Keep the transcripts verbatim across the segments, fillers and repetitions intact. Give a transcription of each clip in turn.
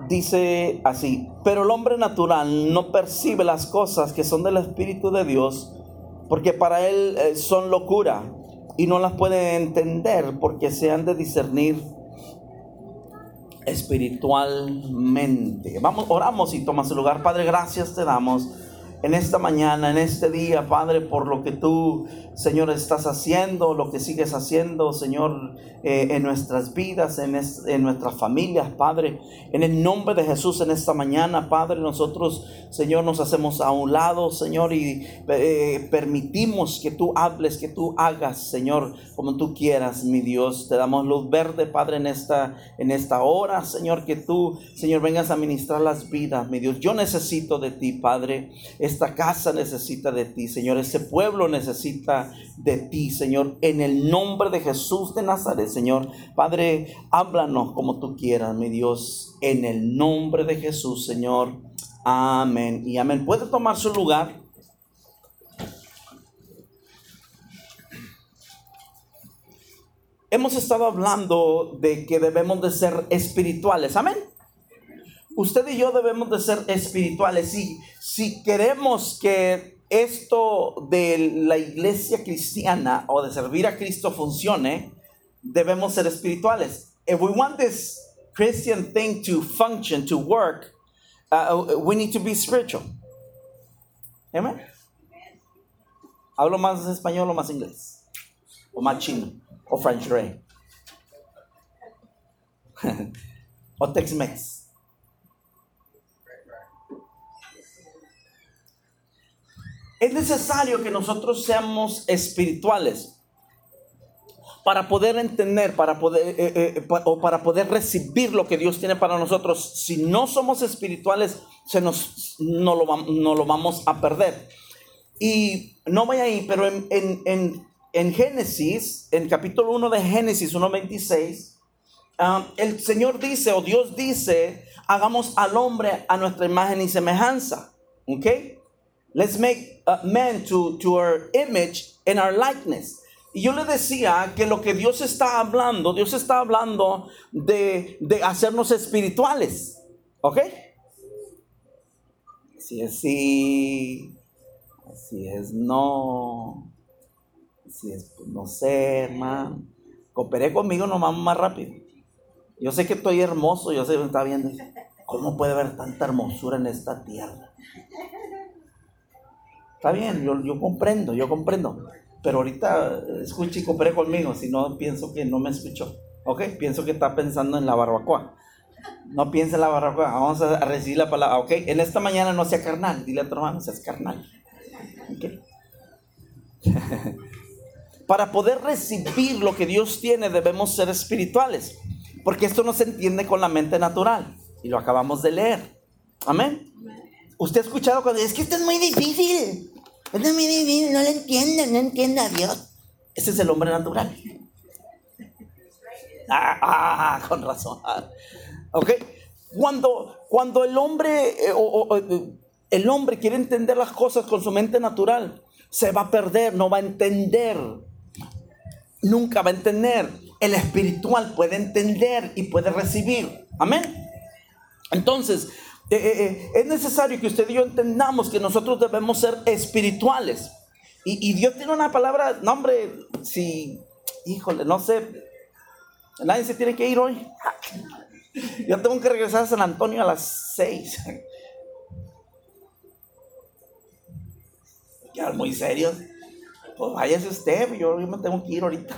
dice así: pero el hombre natural no percibe las cosas que son del Espíritu de Dios, porque para él eh, son locura, y no las puede entender, porque se han de discernir espiritualmente. Vamos, oramos y toma su lugar. Padre, gracias te damos en esta mañana, en este día, Padre, por lo que tú, Señor, estás haciendo, lo que sigues haciendo, Señor, eh, en nuestras vidas, en, es, en nuestras familias, Padre. En el nombre de Jesús, en esta mañana, Padre, nosotros, Señor, nos hacemos a un lado, Señor, y eh, permitimos que tú hables, que tú hagas, Señor, como tú quieras, mi Dios. Te damos luz verde, Padre, en esta, en esta hora, Señor, que tú, Señor, vengas a ministrar las vidas, mi Dios. Yo necesito de ti, Padre. Esta casa necesita de ti, Señor. Este pueblo necesita de ti, Señor. En el nombre de Jesús de Nazaret, Señor. Padre, háblanos como tú quieras, mi Dios. En el nombre de Jesús, Señor. Amén y amén. ¿Puede tomar su lugar? Hemos estado hablando de que debemos de ser espirituales. Amén. Usted y yo debemos de ser espirituales. Si, si queremos que esto de la iglesia cristiana o de servir a Cristo funcione, debemos ser espirituales. If we want this Christian thing to function, to work, uh, we need to be spiritual. Amen. ¿Hablo más español o más inglés? ¿O más chino? ¿O French Ray? ¿O Tex-Mex? Es necesario que nosotros seamos espirituales para poder entender, para poder, eh, eh, pa, o para poder recibir lo que Dios tiene para nosotros. Si no somos espirituales, se nos, no, lo, no lo vamos a perder. Y no vaya ahí, pero en, en, en, en Génesis, en capítulo uno de Génesis uno veintiséis, um, el Señor dice, o Dios dice, hagamos al hombre a nuestra imagen y semejanza. ¿Ok? Let's make uh, man to, to our image and our likeness. Y yo le decía que lo que Dios está hablando, Dios está hablando de, de hacernos espirituales. ¿Ok? Así es sí, así es no, así es pues, no sé, hermano. Cooperé conmigo nomás más rápido. Yo sé que estoy hermoso, yo sé que me está viendo. ¿Cómo puede haber tanta hermosura en esta tierra? Está bien, yo, yo comprendo, yo comprendo. Pero ahorita escuche y coopere conmigo, si no pienso que no me escuchó. ¿Ok? Pienso que está pensando en la barbacoa. No piense en la barbacoa, vamos a recibir la palabra. ¿Ok? En esta mañana no sea carnal, dile a tu hermano, seas carnal. ¿Ok? Para poder recibir lo que Dios tiene debemos ser espirituales. Porque esto no se entiende con la mente natural. Y lo acabamos de leer. Amén. Usted ha escuchado cuando dice, es que esto es muy difícil. Esto es muy difícil, no lo entiende, no entiende a Dios. Ese es el hombre natural. Ah, ah con razón. Ok. Cuando, cuando el hombre, eh, o, o, el hombre quiere entender las cosas con su mente natural, se va a perder, no va a entender. Nunca va a entender. El espiritual puede entender y puede recibir. Amén. Entonces, Eh, eh, es necesario que usted y yo entendamos que nosotros debemos ser espirituales. Y, y Dios tiene una palabra, no hombre, si, híjole, no sé, nadie se tiene que ir hoy. Yo tengo que regresar a San Antonio a las seis. Quedan muy serios. Pues váyase usted, yo, yo me tengo que ir ahorita.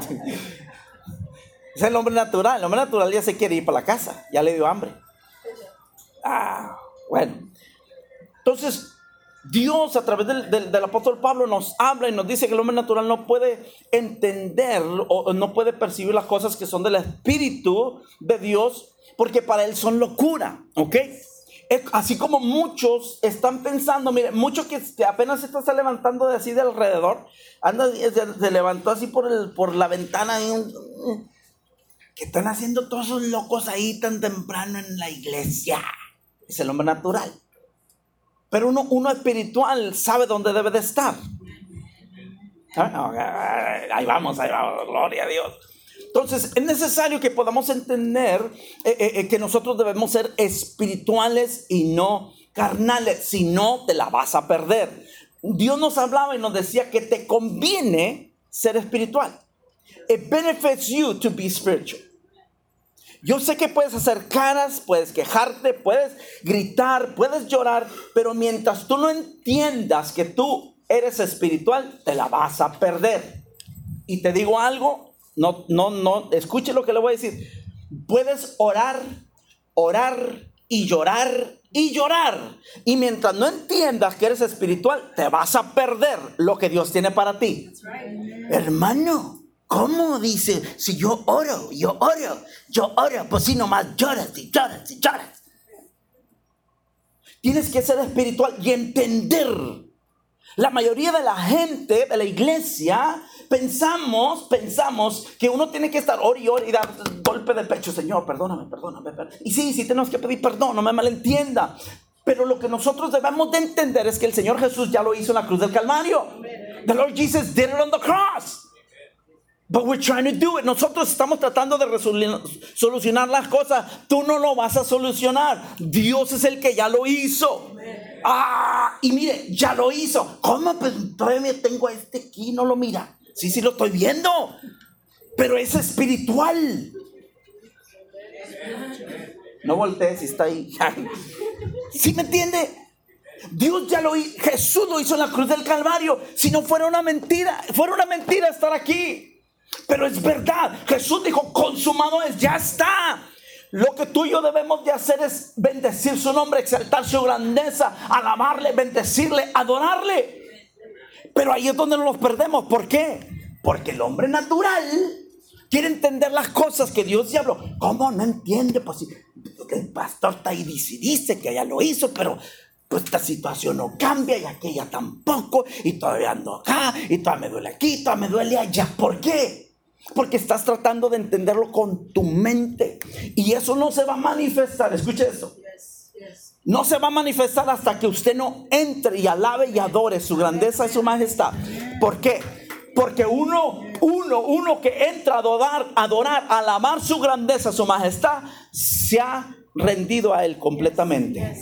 Es el hombre natural, el hombre natural ya se quiere ir para la casa, ya le dio hambre. Ah, bueno. Entonces, Dios a través del, del, del apóstol Pablo nos habla y nos dice que el hombre natural no puede entender o no puede percibir las cosas que son del Espíritu de Dios, porque para él son locura. ¿Ok? Es, así como muchos están pensando, mire, muchos que apenas se está levantando de así de alrededor, anda, se, se levantó así por, el, por la ventana y un, ¿qué están haciendo todos esos locos ahí tan temprano en la iglesia? Es el hombre natural. Pero uno, uno espiritual sabe dónde debe de estar. Ahí vamos, ahí vamos, gloria a Dios. Entonces es necesario que podamos entender eh, eh, que nosotros debemos ser espirituales y no carnales, si no te la vas a perder. Dios nos hablaba y nos decía que te conviene ser espiritual. It benefits you to be spiritual. Yo sé que puedes hacer caras, puedes quejarte, puedes gritar, puedes llorar, pero mientras tú no entiendas que tú eres espiritual, te la vas a perder. Y te digo algo, no, no, no, escuche lo que le voy a decir. Puedes orar, orar y llorar y llorar. Y mientras no entiendas que eres espiritual, te vas a perder lo que Dios tiene para ti. That's right. Hermano, ¿cómo dice? Si yo oro, yo oro, yo oro, pues si nomás lloras y lloras y lloras. Tienes que ser espiritual y entender. La mayoría de la gente de la iglesia pensamos, pensamos que uno tiene que estar ora y ora y dar golpe de pecho. Señor, perdóname, perdóname, perdóname. Y sí, sí tenemos que pedir perdón, no me malentienda. Pero lo que nosotros debemos de entender es que el Señor Jesús ya lo hizo en la cruz del Calvario. The Lord Jesus did it on the cross. But we're trying to do it. Nosotros estamos tratando de resolu- solucionar las cosas. Tú no lo vas a solucionar. Dios es el que ya lo hizo. Ah, y mire, ya lo hizo. ¿Cómo? Pues todavía tengo a este aquí, no lo mira. Sí, sí lo estoy viendo. Pero es espiritual. No voltees si está ahí. ¿Sí me entiende? Dios ya lo hizo. Jesús lo hizo en la cruz del Calvario. Si no fuera una mentira, fuera una mentira estar aquí. Pero es verdad, Jesús dijo, consumado es, ya está. Lo que tú y yo debemos de hacer es bendecir su nombre, exaltar su grandeza, alabarle, bendecirle, adorarle. Pero ahí es donde nos perdemos. ¿Por qué? Porque el hombre natural quiere entender las cosas que Dios ya habló. ¿Cómo? No entiende. Pues el pastor está ahí, dice, dice que ya lo hizo, pero pues esta situación no cambia y aquella tampoco, y todavía ando acá, y todavía me duele aquí, todavía me duele allá. ¿Por qué? Porque estás tratando de entenderlo con tu mente, y eso no se va a manifestar. Escuche eso. No se va a manifestar hasta que usted no entre y alabe y adore su grandeza y su majestad. ¿Por qué? Porque uno, uno, uno que entra a adorar, adorar, a alabar su grandeza, su majestad, se ha rendido a él completamente.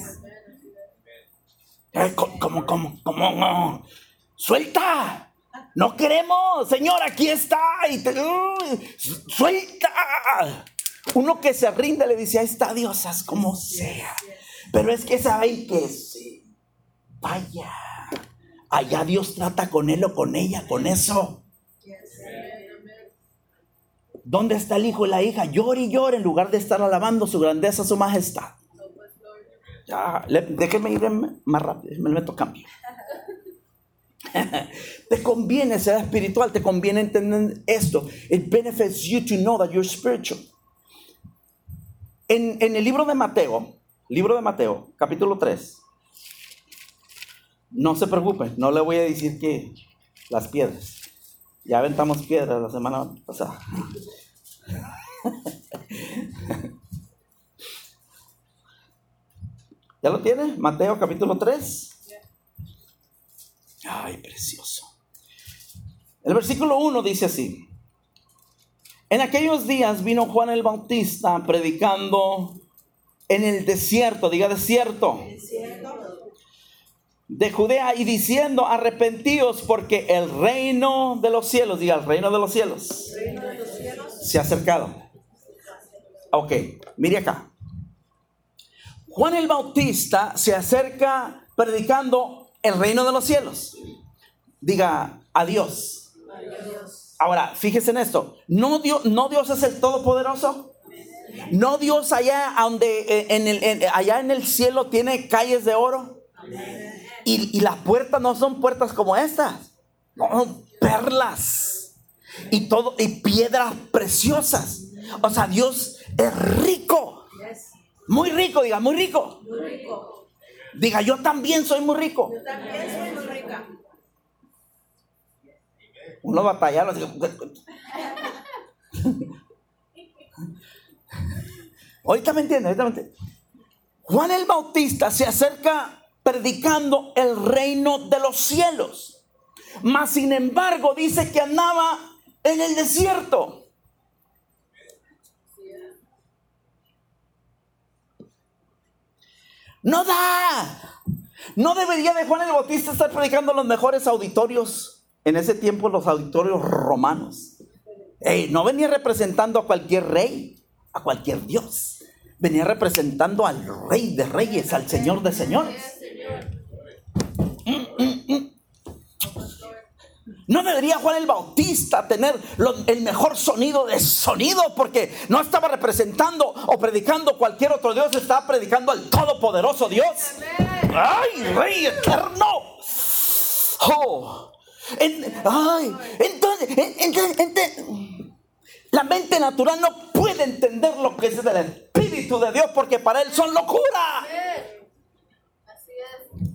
¿Cómo, cómo, cómo no? Suelta. No queremos, Señor, aquí está. Y te, uh, suelta. Uno que se rinde le dice, ahí está Dios, haz como sea. Pero es que sabe que se vaya. Allá Dios trata con él o con ella, con eso. ¿Dónde está el hijo y la hija? Llora y llora en lugar de estar alabando su grandeza, su majestad. Ya, le, déjeme ir más rápido, me meto cambio. Te conviene ser espiritual, te conviene entender esto. It benefits you to know that you're spiritual. En, en el libro de Mateo, libro de Mateo, capítulo tres. No se preocupen, no le voy a decir que las piedras. Ya aventamos piedras la semana pasada. ¿Ya lo tiene? Mateo capítulo tres. Ay, precioso. El versículo uno dice así. En aquellos días vino Juan el Bautista predicando en el desierto, diga desierto, de Judea, y diciendo, arrepentíos porque el reino de los cielos, diga el reino de los cielos, reino de los cielos se ha acercado. Ok, mire acá. Juan el Bautista se acerca predicando el reino de los cielos. Diga adiós. Adiós. Ahora, fíjese en esto. ¿No Dios, no Dios es el Todopoderoso? ¿No Dios allá, donde, en el, en, allá en el cielo tiene calles de oro? Y, y las puertas no son puertas como estas. No, perlas. Y todo, y piedras preciosas. O sea, Dios es rico. Muy rico, diga, muy rico. Muy rico. Diga, yo también soy muy rico. Yo también soy muy rica. Uno batalla. Ahorita me entiende, ahorita me entiende. Juan el Bautista se acerca predicando el reino de los cielos. Mas sin embargo dice que andaba en el desierto. No da. No debería de Juan el Bautista estar predicando en los mejores auditorios. En ese tiempo los auditorios romanos. Ey, no venía representando a cualquier rey, a cualquier dios. Venía representando al Rey de Reyes, al Señor de Señores. Mm, mm, mm. No debería Juan el Bautista tener lo, el mejor sonido de sonido, porque no estaba representando o predicando cualquier otro Dios, estaba predicando al todopoderoso Dios. ¡Ay, Rey eterno! Oh, en, ay, entonces, entonces, entonces, la mente natural no puede entender lo que es del Espíritu de Dios, porque para él son locura. Así es.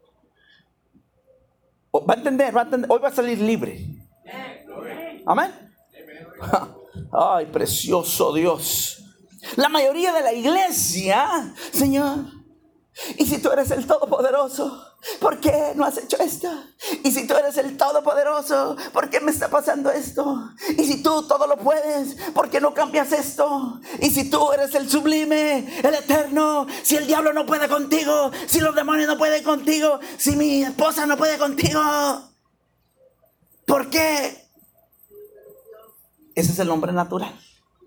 Va a entender, va a entender. Hoy va a salir libre. Amén. Ay, precioso Dios. La mayoría de la iglesia, Señor, y si tú eres el Todopoderoso, ¿por qué no has hecho esto? Y si tú eres el Todopoderoso, ¿por qué me está pasando esto? Y si tú todo lo puedes, ¿por qué no cambias esto? Y si tú eres el sublime, el eterno, si el diablo no puede contigo, si los demonios no pueden contigo, si mi esposa no puede contigo, ¿por qué? Ese es el hombre natural.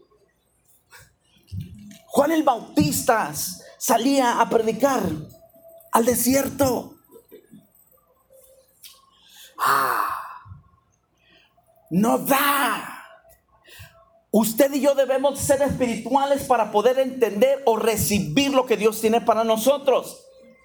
Juan el Bautista salía a predicar al desierto. Ah, no da. Usted y yo debemos ser espirituales para poder entender o recibir lo que Dios tiene para nosotros.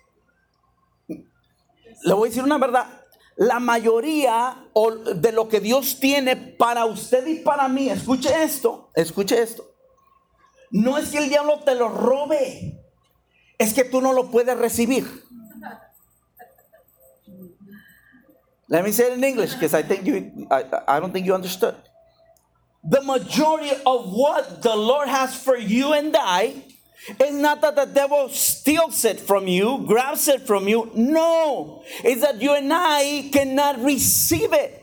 Le voy a decir una verdad. La mayoría de lo que Dios tiene para usted y para mí, escuche esto, escuche esto. No es que el diablo te lo robe, es que tú no lo puedes recibir. Let me say it in English, because I think you, I, I don't think you understood. The majority of what the Lord has for you and I is not that the devil steals it from you, grabs it from you. No, it's that you and I cannot receive it.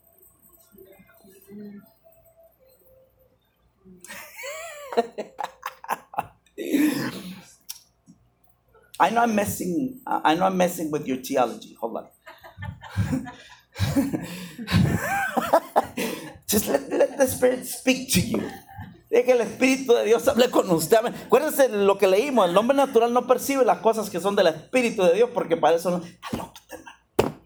I know I'm messing. I know I'm messing with your theology. Hold on. Just let, let the Spirit speak to you. Deje que el Espíritu de Dios hable con usted. Acuérdense de lo que leímos. El hombre natural no percibe las cosas que son del Espíritu de Dios, porque para eso no. Está loco, hermano.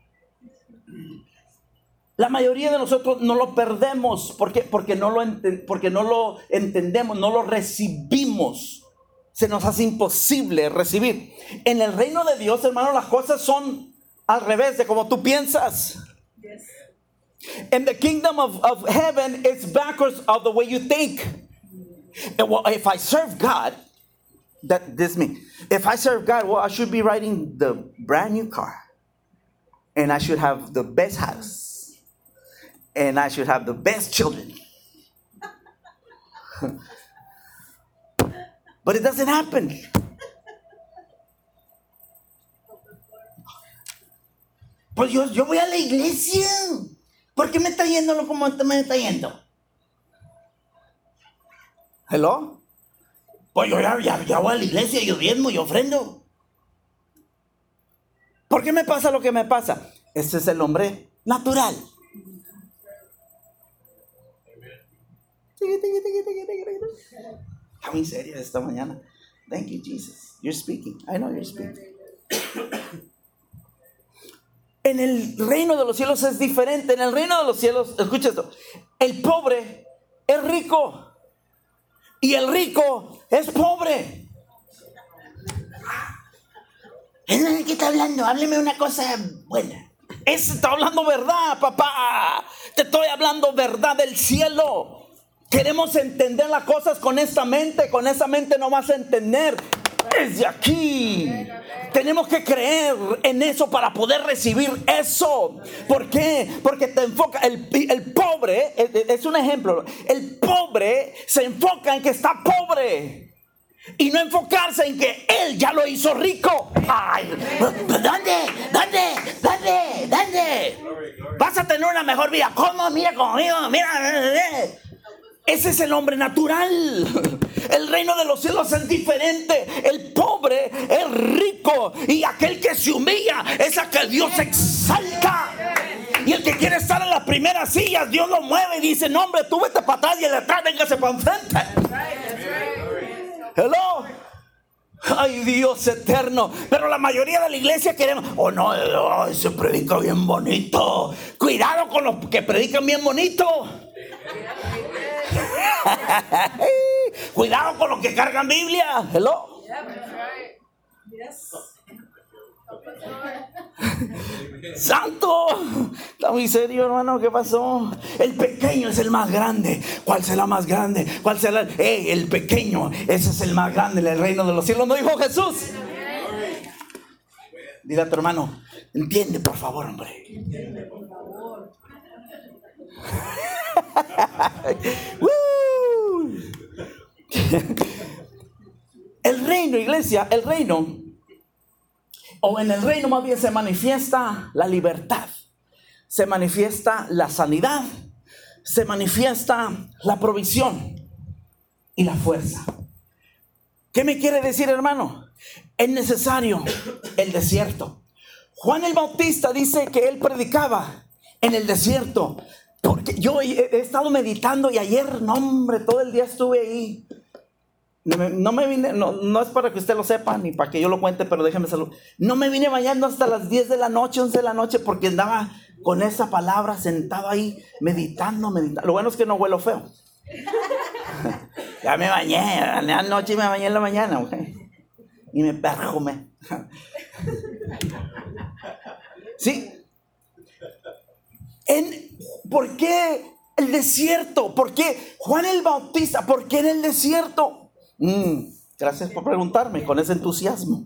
La mayoría de nosotros no lo perdemos porque, porque, no lo ent- porque no lo entendemos, no lo recibimos. Se nos hace imposible recibir. En el reino de Dios, hermano, las cosas son al revés de como tú piensas. Yes. In the kingdom of, of heaven, it's backwards of the way you think. And well, if I serve God, that this me. If I serve God, well, I should be riding the brand new car, and I should have the best house, and I should have the best children. But it doesn't happen. Pues yo, yo voy a la iglesia. ¿Por qué me está yendo lo como me está yendo? ¿Hello? Pues yo ya, ya, ya voy a la iglesia, yo diezmo, yo ofrendo. ¿Por qué me pasa lo que me pasa? Ese es el hombre natural. Está muy seria esta mañana. Thank you, Jesus. You're speaking. I know you're speaking. En el reino de los cielos es diferente. En el reino de los cielos, escucha esto, el pobre es rico y el rico es pobre. ¿De qué está hablando? Hábleme una cosa buena. Ese está hablando verdad, papá. Te estoy hablando verdad del cielo. Queremos entender las cosas con esta mente. Con esa mente no vas a entender. Desde aquí tenemos que creer en eso para poder recibir eso. ¿Por qué? Porque te enfoca el, el pobre, es un ejemplo. El pobre se enfoca en que está pobre y no enfocarse en que él ya lo hizo rico. Ay, ¿dónde? ¿Dónde? ¿Dónde? ¿Dónde? Vas a tener una mejor vida. ¿Cómo? Mira conmigo, mira. Ese es el hombre natural. El reino de los cielos es diferente. El pobre es rico Oh, y aquel que se humilla es a que Dios exalta. Y el que quiere estar en las primeras sillas, Dios lo mueve y dice: no, hombre, tú vete para atrás y el de atrás véngase para enfrente. Hello. Ay, Dios eterno. Pero la mayoría de la iglesia queremos: oh no, oh, se predica bien bonito. Cuidado con los que predican bien bonito. Cuidado con los que cargan Biblia. Hello. Santo, está muy serio, hermano. ¿Qué pasó? El pequeño es el más grande. ¿Cuál será más grande? ¿Cuál será? Hey, el pequeño, ese es el más grande en el reino de los cielos. ¿No dijo Jesús? Dile a tu hermano: entiende, por favor, hombre. Entiende, por favor. El reino, iglesia, el reino, o en el reino más bien se manifiesta la libertad, se manifiesta la sanidad, se manifiesta la provisión y la fuerza. ¿Qué me quiere decir, hermano? Es necesario el desierto. Juan el Bautista dice que él predicaba en el desierto, porque yo he, he estado meditando y ayer, no hombre, todo el día estuve ahí. No me, no me vine, no, no es para que usted lo sepa ni para que yo lo cuente, pero déjeme saludar. No me vine bañando hasta las diez de la noche, once de la noche, porque andaba con esa palabra sentado ahí meditando, meditando. Lo bueno es que no huelo feo. Ya me bañé, anoche me bañé en la mañana, okay. Y me perfumé. Sí. En, ¿Por qué el desierto? ¿Por qué Juan el Bautista? ¿Por qué en el desierto? Mm, gracias por preguntarme con ese entusiasmo.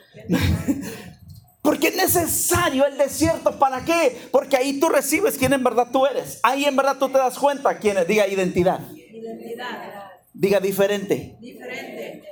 Porque es necesario el desierto. ¿Para qué? Porque ahí tú recibes quién en verdad tú eres. Ahí en verdad tú te das cuenta quién es. Diga identidad. Identidad. Diga diferente. Diferente.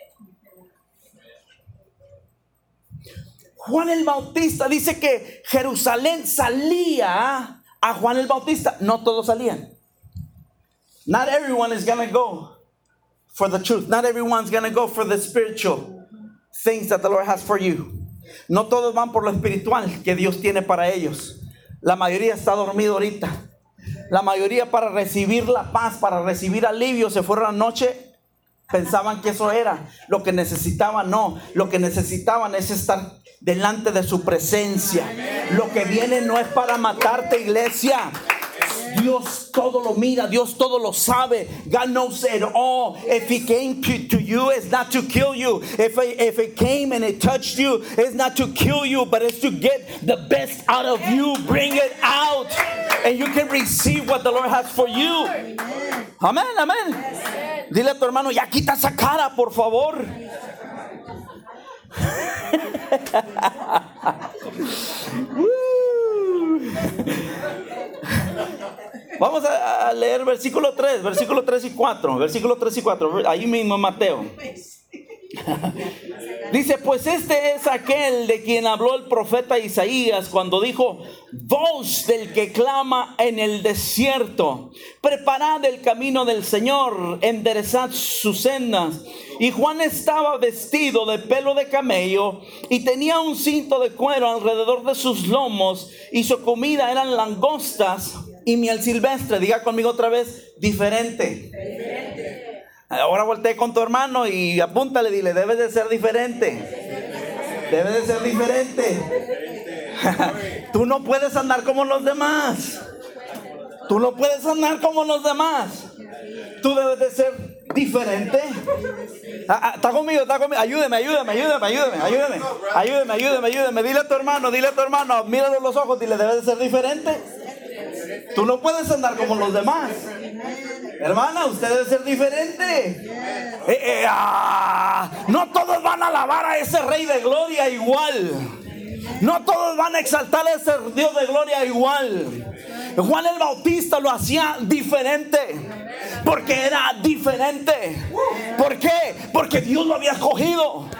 Juan el Bautista dice que Jerusalén salía a Juan el Bautista. No todos salían. Not everyone is gonna go for the truth. Not everyone's gonna go for the spiritual things that the Lord has for you. No todos van por lo espiritual que Dios tiene para ellos. La mayoría está dormido ahorita. La mayoría, para recibir la paz, para recibir alivio, se fueron anoche. Pensaban que eso era lo que necesitaban. No, lo que necesitaban es estar delante de su presencia. Lo que viene no es para matarte, iglesia. Dios todo lo mira, Dios todo lo sabe. God knows it all. If He came to, to you, it's not to kill you. If it, if it came and it touched you, it's not to kill you, but it's to get the best out of you. Bring it out, and you can receive what the Lord has for you. Amén, amén. Dile a tu hermano: ya quita esa cara, por favor. Vamos a, a leer versículo tres, versículo tres y cuatro, versículo tres y cuatro, ahí mismo en Mateo. Dice: pues este es aquel de quien habló el profeta Isaías cuando dijo: voz del que clama en el desierto, preparad el camino del Señor, enderezad sus sendas. Y Juan estaba vestido de pelo de camello y tenía un cinto de cuero alrededor de sus lomos, y su comida eran langostas y miel silvestre. Diga conmigo otra vez: diferente. Diferente. Ahora voltee con tu hermano y apúntale, dile: debes de ser diferente. Debes de ser diferente. Tú no puedes andar como los demás. Tú no puedes andar como los demás. Tú debes de ser diferente. Ah, ah, está conmigo, está conmigo. Ayúdeme, ayúdeme, ayúdeme, ayúdeme, ayúdeme. Ayúdeme, ayúdeme, ayúdeme. Dile a tu hermano, dile a tu hermano, míralo en los ojos, dile: debes de ser diferente. Tú no puedes andar como los demás. Hermana, usted debe ser diferente. Eh, eh, ah, no todos van a alabar a ese Rey de Gloria igual. No todos van a exaltar a ese Dios de Gloria igual. Juan el Bautista lo hacía diferente, porque era diferente. ¿Por qué? Porque Dios lo había escogido.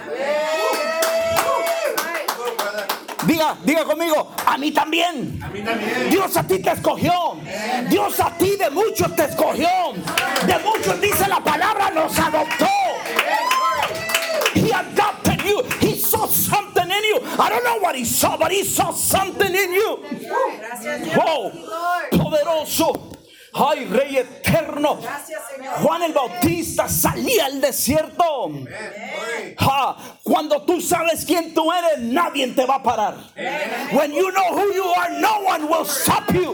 Diga, diga conmigo: a mí también. A mí también. Dios a ti te escogió. Dios a ti de muchos te escogió. De muchos, dice la palabra, nos adoptó. He adopted you. He saw something in you. I don't know what he saw, but he saw something in you. Oh, poderoso. Ay, Rey eterno. Juan el Bautista salía al desierto. Ja, cuando tú sabes quién tú eres, nadie te va a parar. When you know who you are, no one will stop you.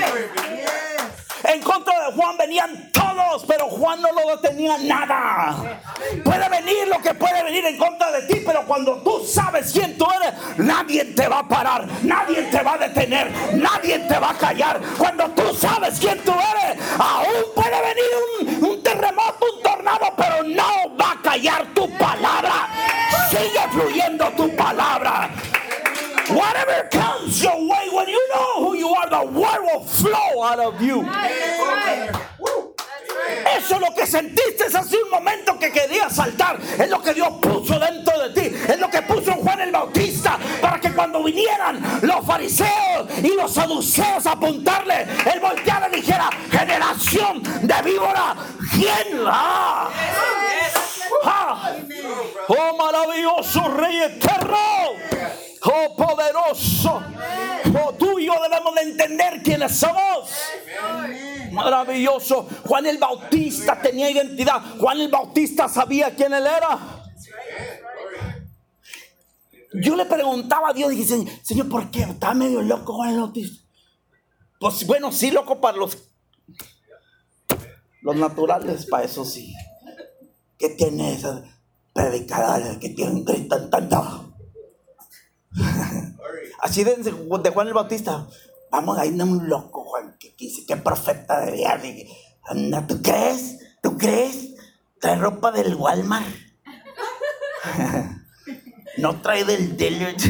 En contra de Juan venían todos, pero Juan no lo detenía nada. Puede venir lo que puede venir en contra de ti, pero cuando tú sabes quién tú eres, nadie te va a parar, nadie te va a detener, nadie te va a callar. Cuando tú sabes quién tú eres, aún puede venir un, un terremoto, un tornado, pero no va a callar tu palabra. Sigue fluyendo tu palabra. Whatever comes your way, when you know who you are, the word will flow out of you. Eso es lo que sentiste hace un momento que querías saltar. Es lo que Dios puso dentro de ti. Es lo que puso en Juan el Bautista, para que cuando vinieran los fariseos y los saduceos a apuntarle, él volteara y dijera: generación de víbora, ¿quién la? Ah. Oh, maravilloso Rey eterno. Oh, poderoso. Oh, tú y yo debemos de entender quiénes somos. Maravilloso. Juan el Bautista tenía identidad. Juan el Bautista sabía quién él era. Yo le preguntaba a Dios, dije: Señor, ¿por qué está medio loco Juan el Bautista? Pues bueno, sí, loco para los los naturales, para eso sí. ¿Qué tiene esa predicadora que tienen gritan tanto? Así de, de Juan el Bautista. Vamos, ahí no un loco, Juan, que dice que profeta de Dios. Anda, ¿tú crees? ¿Tú crees? Trae ropa del Walmart. No trae del Dillard's.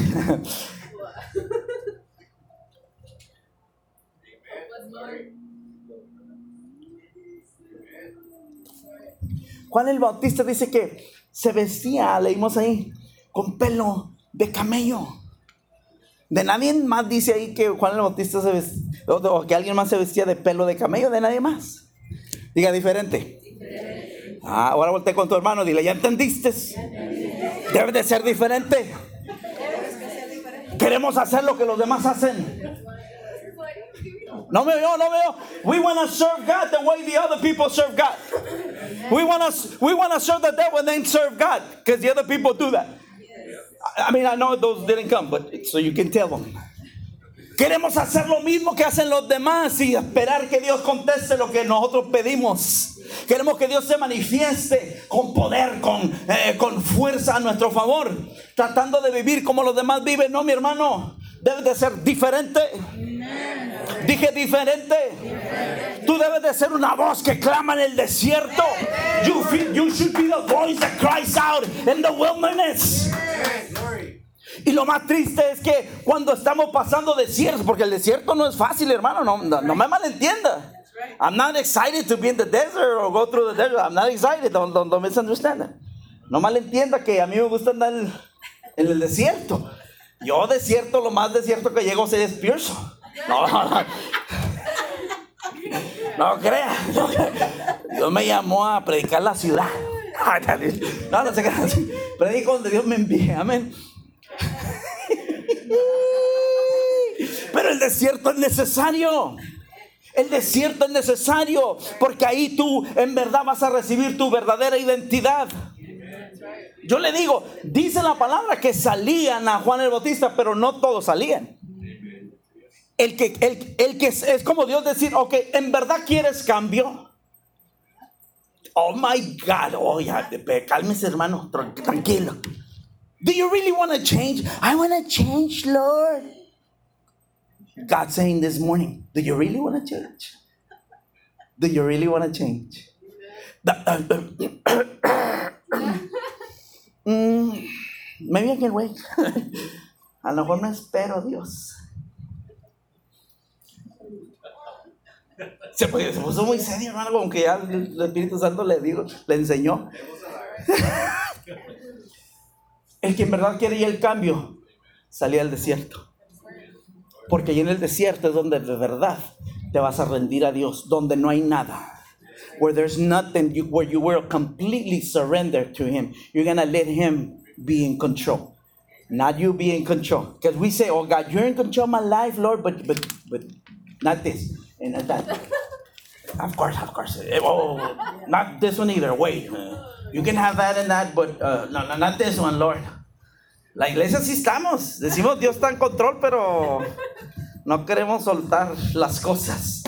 Juan el Bautista dice que se vestía, leímos ahí, con pelo de camello. De nadie más dice ahí que Juan el Bautista se vestía, o que alguien más se vestía de pelo de camello, de nadie más. Diga diferente. diferente. Ah, ahora voltea con tu hermano, dile: ¿ya entendiste? Debe de ser diferente. Queremos hacer lo que los demás hacen. No me veo, no me veo. We want to serve God the way the other people serve God. We want to we want to serve the devil and then serve God, because the other people do that. I mean, I know those didn't come, but so you can tell them. Queremos hacer lo mismo que hacen los demás y esperar que Dios conteste lo que nosotros pedimos. Queremos que Dios se manifieste con poder, con, eh, con fuerza a nuestro favor, tratando de vivir como los demás viven. No, mi hermano, debes de ser diferente. Dije diferente. diferente. Tú debes de ser una voz que clama en el desierto. You, feel, you should be the voice that cries out in the wilderness. Y lo más triste es que cuando estamos pasando desiertos, porque el desierto no es fácil, hermano, no, no, no me malentienda. I'm not excited to be in the desert or go through the desert. I'm not excited, don't, don't, don't misunderstand that. No malentienda que a mí me gusta andar en, en el desierto. Yo desierto, lo más desierto que llego es Pearson. No, no, no. No crea. Dios me llamó a predicar la ciudad. No, no sé qué. Predico donde Dios me envíe. Amén. Pero el desierto es necesario. El desierto es necesario, porque ahí tú en verdad vas a recibir tu verdadera identidad. Yo le digo, dice la palabra que salían a Juan el Bautista, pero no todos salían. El que, el, el que es, es como Dios decir: ok, ¿en verdad quieres cambio? Oh my God, oh ya, cálmese, hermano, tranquilo. Do you really want to change? I want to change, Lord. God saying this morning, do you really want to change? Do you really want to change? mm, maybe I can wait. A lo mejor no espero, Dios. Se, se puso muy serio, hermano, como que ya el Espíritu Santo le, dijo, le enseñó. El que en verdad quería el cambio salía al desierto. Porque ahí en el desierto es donde de verdad te vas a rendir a Dios, donde no hay nada. Where there's nothing, you, where you will completely surrender to Him. You're going to let Him be in control. Not you be in control. Because we say, oh God, you're in control of my life, Lord, but but but not this and not that. Of course, of course. Oh, not this one either. Wait, uh, you can have that and that, but uh, no, no, not this one, Lord. La iglesia sí estamos. Decimos Dios está en control, pero no queremos soltar las cosas.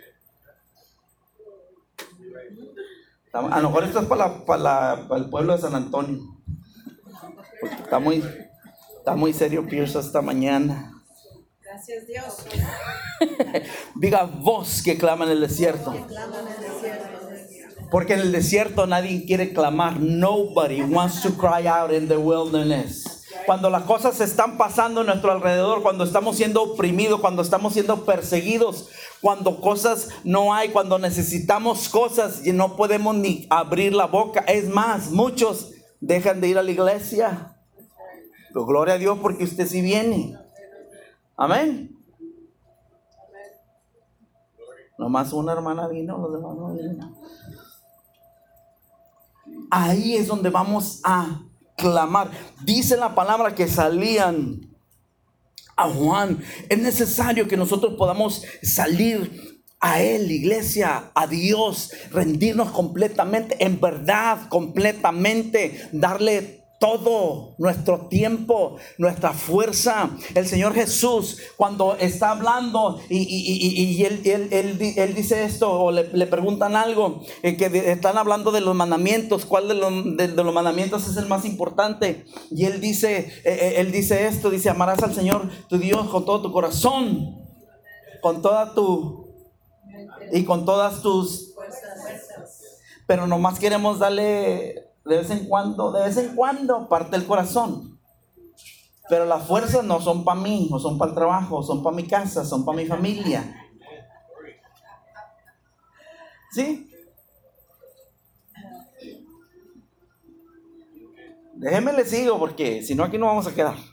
A lo mejor esto es para, la, para, la, para el pueblo de San Antonio. Porque está muy, está muy serio Pierce esta mañana. Gracias Dios. Diga voz que clama en el desierto. Porque en el desierto nadie quiere clamar. Nobody wants to cry out in the wilderness. Cuando las cosas se están pasando a nuestro alrededor, cuando estamos siendo oprimidos, cuando estamos siendo perseguidos, cuando cosas no hay, cuando necesitamos cosas y no podemos ni abrir la boca. Es más, muchos dejan de ir a la iglesia. Pero gloria a Dios porque usted sí viene. Amén. Nomás una hermana vino, los demás no vinieron. Ahí es donde vamos a clamar. Dice la palabra que salían a Juan. Es necesario que nosotros podamos salir a Él, iglesia, a Dios, rendirnos completamente, en verdad, completamente, darle todo nuestro tiempo, nuestra fuerza. El Señor Jesús, cuando está hablando y, y, y, y él, él, él, él dice esto, o le, le preguntan algo, eh, que de, están hablando de los mandamientos, ¿cuál de los, de, de los mandamientos es el más importante? Y él dice, eh, él dice esto, dice, amarás al Señor tu Dios con todo tu corazón, con toda tu, y con todas tus, pero nomás queremos darle de vez en cuando, de vez en cuando parte el corazón. Pero las fuerzas no son para mí, o son para el trabajo, o son para mi casa, son para mi familia. ¿Sí? Déjenme le sigo porque si no aquí no vamos a quedar.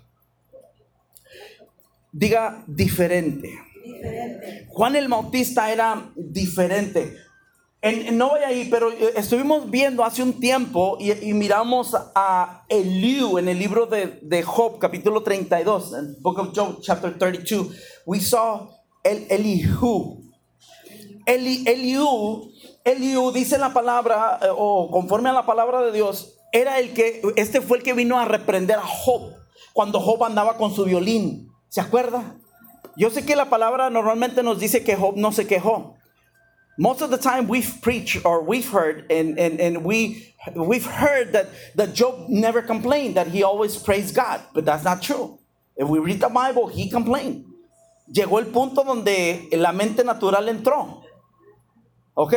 Diga diferente. Diferente. Juan el Bautista era diferente. En, no voy ahí, pero estuvimos viendo hace un tiempo y, y miramos a Eliú en el libro de, de Job, capítulo treinta y dos, en Book of Job, chapter thirty-two. We saw el, Eliú. Eli, Eliú, Eliú dice la palabra, eh, o conforme a la palabra de Dios, era el que, este fue el que vino a reprender a Job cuando Job andaba con su violín. ¿Se acuerda? Yo sé que la palabra normalmente nos dice que Job no se quejó. Most of the time we've preached or we've heard and, and, and we, we've heard that, that Job never complained, that he always praised God. But that's not true. If we read the Bible, he complained. Llegó el punto donde la mente natural entró. ¿Ok?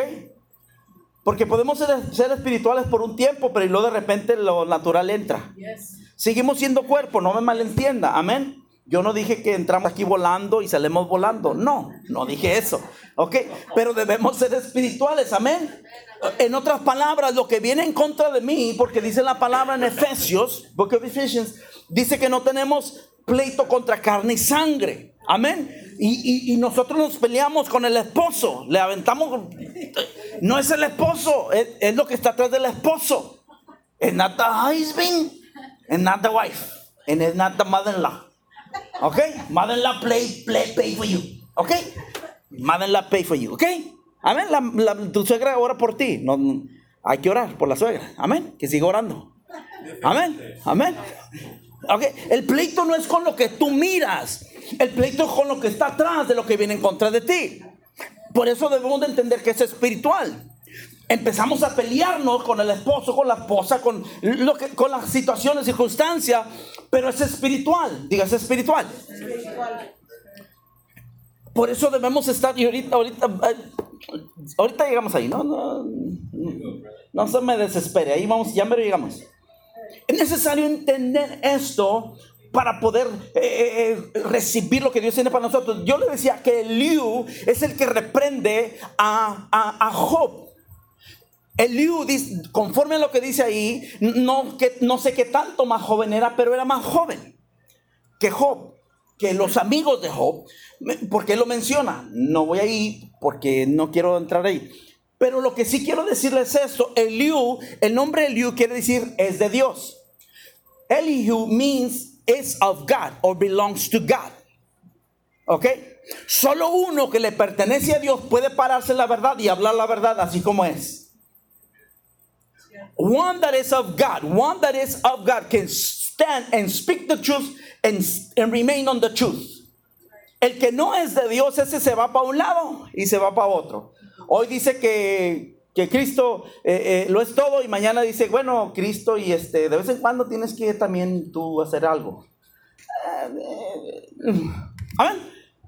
Porque podemos ser, ser espirituales por un tiempo, pero luego de repente lo natural entra. Yes. Seguimos siendo cuerpo, no me malentienda. Amén. Yo no dije que entramos aquí volando y salimos volando. No, no dije eso. ¿Ok? Pero debemos ser espirituales. Amén. En otras palabras, lo que viene en contra de mí, porque dice la palabra en Efesios, Book of Ephesians, dice que no tenemos pleito contra carne y sangre. Amén. Y, y, y nosotros nos peleamos con el esposo. Le aventamos. No es el esposo, es, es lo que está atrás del esposo. It's not the husband, and not the wife, and it's not the mother-in-law. Okay, mother-in-law play, play, pay for you. Okay, mother-in-law pay for you. Okay, amén. La, la, tu suegra ora por ti. No, no, hay que orar por la suegra. Amén. Que siga orando. Amén. Amén. Okay, el pleito no es con lo que tú miras. El pleito es con lo que está atrás de lo que viene en contra de ti. Por eso debemos de entender que es espiritual. Empezamos a pelearnos con el esposo, con la esposa, con, lo que, con las situaciones, circunstancias, pero es espiritual. Diga, es espiritual. espiritual. Por eso debemos estar, y ahorita, ahorita, ahorita llegamos ahí, no, no, no se me desespere, ahí vamos, ya me llegamos. Es necesario entender esto para poder eh, eh, recibir lo que Dios tiene para nosotros. Yo le decía que Eliú es el que reprende a, a, a Job. Eliú, conforme a lo que dice ahí, no, que, no sé qué tanto más joven era, pero era más joven que Job, que los amigos de Job, porque él lo menciona. No voy a ir porque no quiero entrar ahí. Pero lo que sí quiero decirles es esto. Eliú, el nombre Eliú quiere decir es de Dios. Elihu means is of God or belongs to God. ¿Ok? Solo uno que le pertenece a Dios puede pararse en la verdad y hablar la verdad así como es. One that is of God, one that is of God can stand and speak the truth and, and remain on the truth. El que no es de Dios, ese se va para un lado y se va para otro. Hoy dice que, que Cristo eh, eh, lo es todo y mañana dice, bueno, Cristo y este, de vez en cuando tienes que también tú hacer algo. Amén.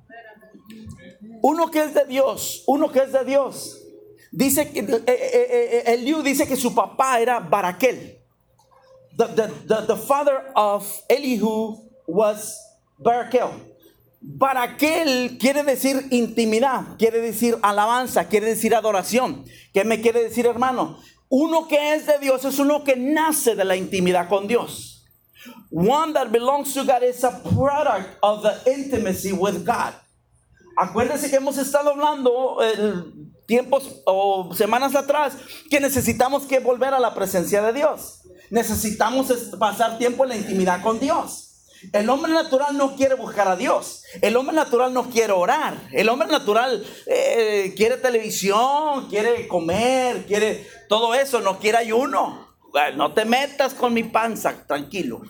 Uno que es de Dios, uno que es de Dios. Dice que eh, eh, eh, Eliú dice que su papá era Baraquel. The, the, the, the father of Elihu was Baraquel. Baraquel quiere decir intimidad, quiere decir alabanza, quiere decir adoración. ¿Qué me quiere decir, hermano? Uno que es de Dios es uno que nace de la intimidad con Dios. One that belongs to God is a product of the intimacy with God. Acuérdense que hemos estado hablando eh, tiempos o semanas atrás que necesitamos que volver a la presencia de Dios. Necesitamos pasar tiempo en la intimidad con Dios. El hombre natural no quiere buscar a Dios. El hombre natural no quiere orar. El hombre natural eh, quiere televisión, quiere comer, quiere todo eso, no quiere ayuno. No te metas con mi panza, tranquilo.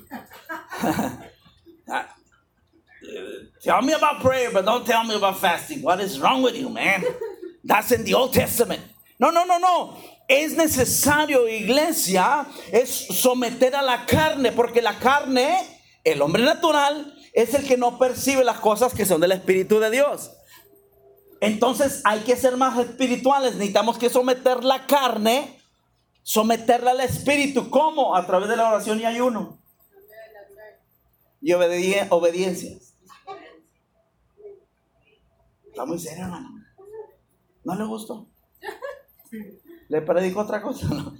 Tell me about prayer, but don't tell me about fasting. What is wrong with you, man? That's in the Old Testament. No, no, no, no. Es necesario, iglesia, es someter a la carne, porque la carne... El hombre natural es el que no percibe las cosas que son del Espíritu de Dios. Entonces hay que ser más espirituales. Necesitamos que someter la carne, someterla al Espíritu. ¿Cómo? A través de la oración y ayuno. Y obedi- obediencia. Está muy serio, hermano. ¿No le gustó? ¿Le predico otra cosa? No.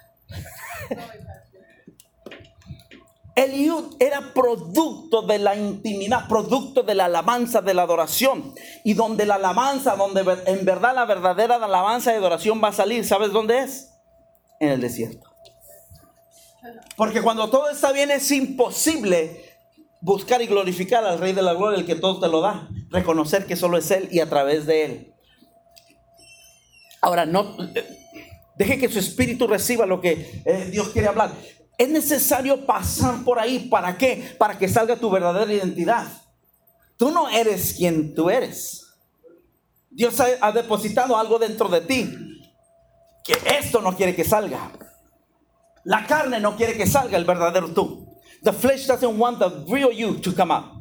Eliud era producto de la intimidad, producto de la alabanza, de la adoración. Y donde la alabanza, donde en verdad la verdadera alabanza y adoración va a salir, ¿sabes dónde es? En el desierto. Porque cuando todo está bien es imposible buscar y glorificar al Rey de la Gloria, el que todo te lo da. Reconocer que solo es Él y a través de Él. Ahora, no deje que su espíritu reciba lo que eh, Dios quiere hablar. Es necesario pasar por ahí. ¿Para qué? Para que salga tu verdadera identidad. Tú no eres quien tú eres. Dios ha, ha depositado algo dentro de ti que esto no quiere que salga. La carne no quiere que salga el verdadero tú. The flesh doesn't want the real you to come out.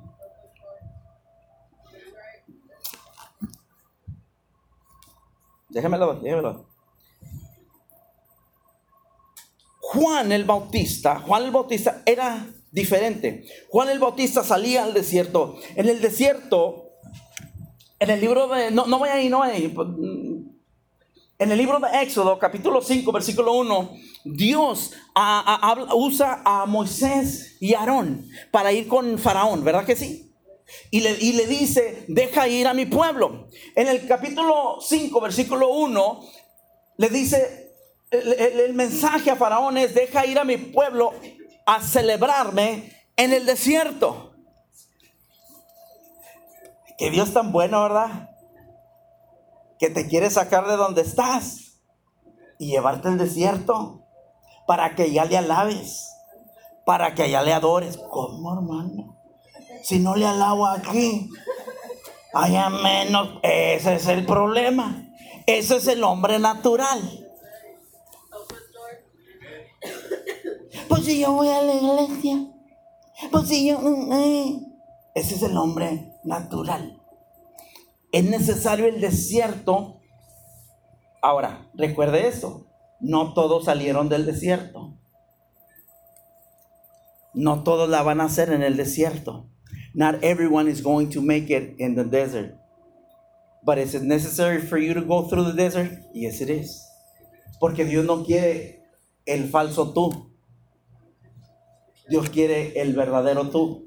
Déjamelo, déjamelo. Juan el Bautista, Juan el Bautista era diferente. Juan el Bautista salía al desierto. En el desierto, en el libro de, no, no voy a ir, no voy a ir. En el libro de Éxodo, capítulo cinco, versículo uno, Dios a, a, a, usa a Moisés y Aarón para ir con Faraón, ¿verdad que sí? Y le, y le dice, deja ir a mi pueblo. En el capítulo cinco, versículo uno, le dice... El, el, el mensaje a Faraón es: deja ir a mi pueblo a celebrarme en el desierto. Que Dios tan bueno, ¿verdad? Que te quiere sacar de donde estás y llevarte al desierto para que ya le alabes, para que allá le adores. ¿Cómo, hermano? Si no le alabo aquí, allá menos. Ese es el problema. Ese es el hombre natural. Pues si yo voy a la iglesia, pues si yo... Eh. Ese es el hombre natural. Es necesario el desierto. Ahora, recuerde esto. No todos salieron del desierto. No todos la van a hacer en el desierto. Not everyone is going to make it in the desert. But is it necessary for you to go through the desert? Yes, it is. Porque Dios no quiere el falso tú. Dios quiere el verdadero tú.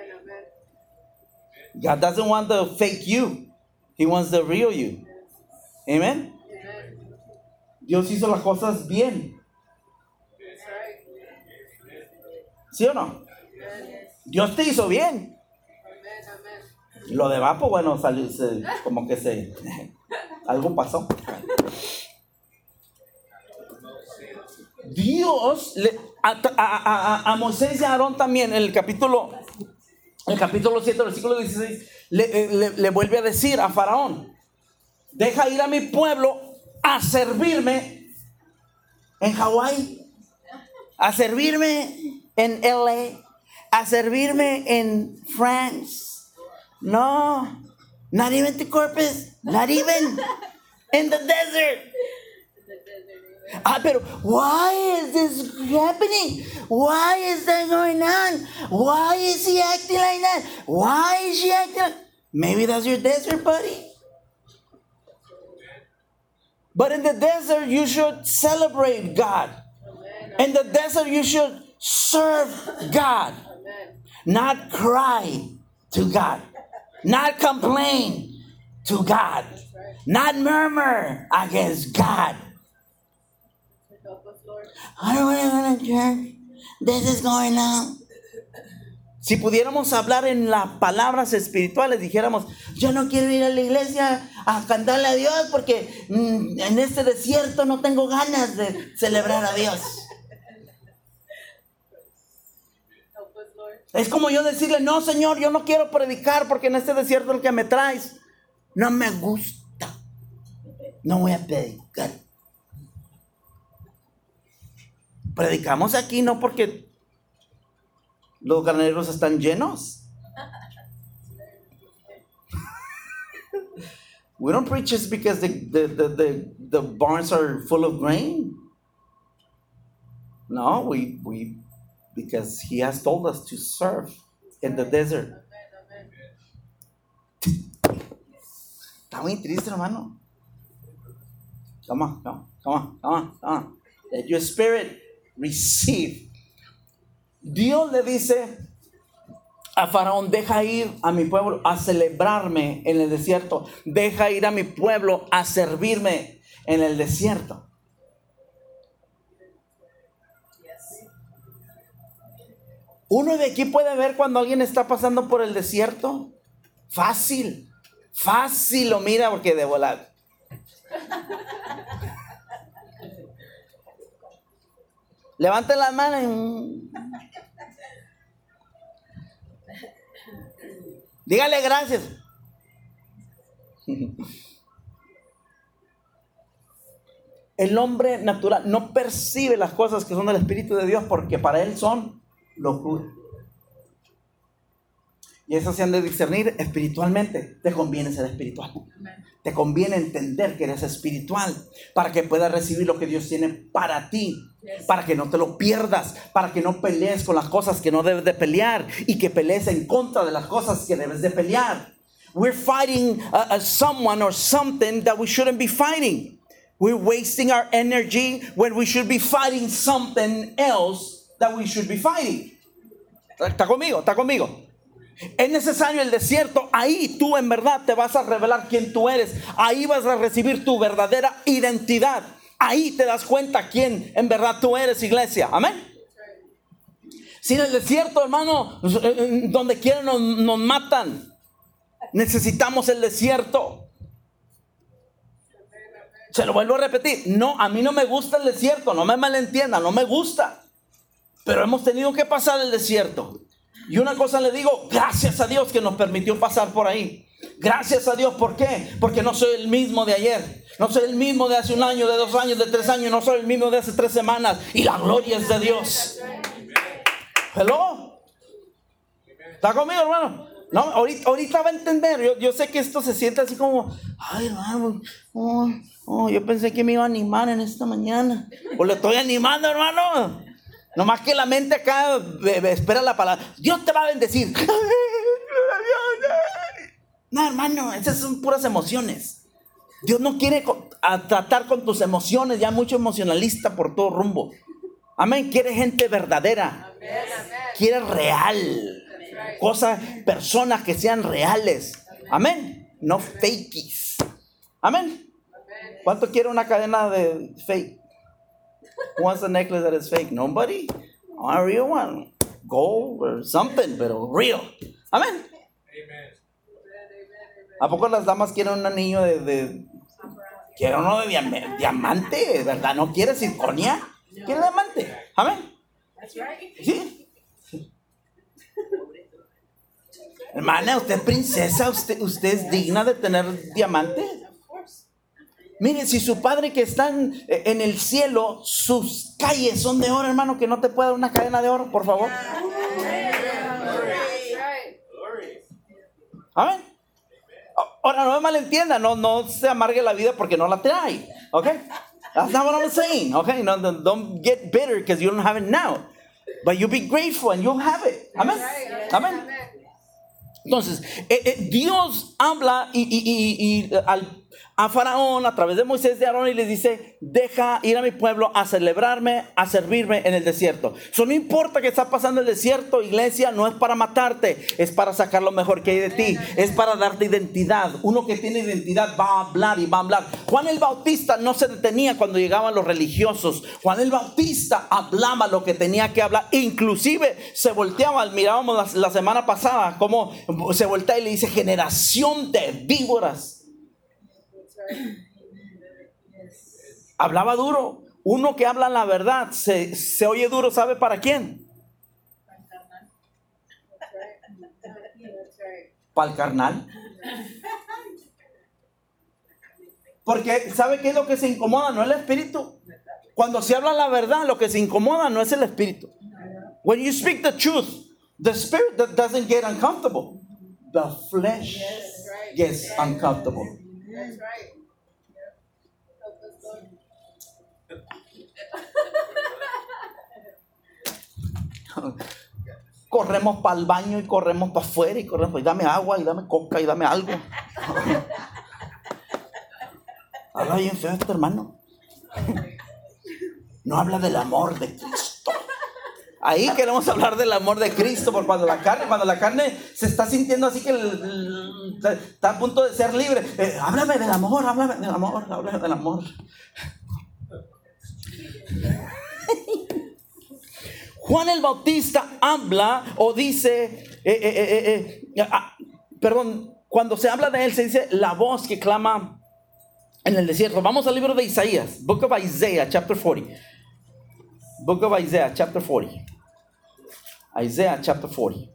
God doesn't want the fake you. He wants the real you. Amen. Dios hizo las cosas bien. ¿Sí o no? Dios te hizo bien. Lo de abajo, bueno, salió, se, como que se... algo pasó. Dios, le, a, a, a, a Moisés y a Aarón también, en el capítulo, el capítulo siete, versículo dieciséis, le, le, le vuelve a decir a Faraón: deja ir a mi pueblo a servirme en Hawái, a servirme en L A, a servirme en France. No, not even to Corpus, not even in the desert. Ah, pero why is this happening? Why is that going on? Why is he acting like that? Why is she acting like... Maybe that's your desert, buddy. But in the desert, you should celebrate God. In the desert, you should serve God. Not cry to God. Not complain to God. Not murmur against God. I don't want to go to church. This is going on. Si pudiéramos hablar en las palabras espirituales, dijéramos: yo no quiero ir a la iglesia a cantarle a Dios porque mm, en este desierto no tengo ganas de celebrar a Dios. Es como yo decirle: no, Señor, yo no quiero predicar porque en este desierto el que me traes no me gusta. No voy a predicar. Predicamos aquí no porque los graneros están llenos. We don't preach just because the, the, the, the, the barns are full of grain. No, we, we because he has told us to serve in the desert. Está muy triste, hermano. Come on, come on, come on, come on, come on. Let your spirit receive. Dios le dice a Faraón: deja ir a mi pueblo a celebrarme en el desierto. Deja ir a mi pueblo a servirme en el desierto. Uno de aquí puede ver cuando alguien está pasando por el desierto. Fácil, fácil lo mira porque de volar. Levanten las manos. Y... dígale gracias. El hombre natural no percibe las cosas que son del Espíritu de Dios porque para él son locura. Y eso se han de discernir espiritualmente. Te conviene ser espiritual. Te conviene entender que eres espiritual para que puedas recibir lo que Dios tiene para ti. Para que no te lo pierdas. Para que no pelees con las cosas que no debes de pelear. Y que pelees en contra de las cosas que debes de pelear. We're fighting a, a someone or something that we shouldn't be fighting. We're wasting our energy when we should be fighting something else that we should be fighting. ¿Está conmigo? ¿Está conmigo? Es necesario el desierto. Ahí tú en verdad te vas a revelar quién tú eres. Ahí vas a recibir tu verdadera identidad. Ahí te das cuenta quién en verdad tú eres, iglesia. Amén. Si en el desierto, hermano, donde quiera nos, nos matan, necesitamos el desierto. Se lo vuelvo a repetir. No, a mí no me gusta el desierto. No me malentiendan, no me gusta. Pero hemos tenido que pasar el desierto. Y una cosa le digo: gracias a Dios que nos permitió pasar por ahí. Gracias a Dios, ¿por qué? Porque no soy el mismo de ayer. No soy el mismo de hace un año, de dos años, de tres años. No soy el mismo de hace tres semanas. Y la gloria es de Dios. Hello. ¿Está conmigo, hermano? No, ahorita, ahorita va a entender. Yo, yo sé que esto se siente así como: ay, hermano, oh, oh, yo pensé que me iba a animar en esta mañana. Pues le estoy animando, hermano. Nomás que la mente acá espera la palabra. Dios te va a bendecir. No, hermano, esas son puras emociones. Dios no quiere a tratar con tus emociones. Ya mucho emocionalista por todo rumbo. Amén. Quiere gente verdadera. Quiere real. Cosas, personas que sean reales. Amén. No fakies. Amén. ¿Cuánto quiere una cadena de fake? Who wants a necklace that is fake? Nobody? I want a real one. gold or something, pero real. Amén. ¿A poco las damas quieren un anillo de, de quieren uno de diam- diamante, verdad? ¿No quiere circonia? ¿Quiere diamante? Amén. Sí. Hermana, usted es princesa, usted, usted es digna de tener diamante. Mire, si su padre que está en, en el cielo, sus calles son de oro, hermano, que no te pueda dar una cadena de oro, por favor. Amén. Ahora, no me malentienda, no, no se amargue la vida porque no la trae. Okay? That's not what I'm saying. Okay? No, no, don't get bitter because you don't have it now. But you be grateful and you'll have it. Amén. Amén. Entonces, eh, eh, Dios habla y, y, y, y al, a Faraón a través de Moisés de Aarón y les dice: deja ir a mi pueblo a celebrarme, a servirme en el desierto. Eso no importa que está pasando el desierto, iglesia, no es para matarte, es para sacar lo mejor que hay de ti, es para darte identidad. Uno que tiene identidad va a hablar y va a hablar. Juan el Bautista no se detenía cuando llegaban los religiosos. Juan el Bautista hablaba lo que tenía que hablar, inclusive se volteaba, mirábamos la, la semana pasada cómo se voltea y le dice: generación de víboras. Hablaba duro. Uno que habla la verdad se, se oye duro, ¿sabe para quién? Para el carnal. Porque ¿sabe qué es lo que se incomoda? No es el espíritu. Cuando se habla la verdad, lo que se incomoda no es el espíritu. When you speak the truth, the spirit that doesn't get uncomfortable, the flesh gets uncomfortable. That's right. Corremos para el baño y corremos para afuera y corremos y dame agua y dame coca y dame algo. Habla bien feo este hermano. No habla del amor de Cristo. Ahí queremos hablar del amor de Cristo, porque cuando la carne, cuando la carne se está sintiendo así que el, el, está a punto de ser libre, eh, háblame del amor, háblame del amor, háblame del amor. Juan el Bautista habla o dice, eh, eh, eh, eh, ah, perdón, cuando se habla de él se dice la voz que clama en el desierto. Vamos al libro de Isaías, Book of Isaiah, chapter forty. Book of Isaiah, chapter forty. Isaiah, chapter forty.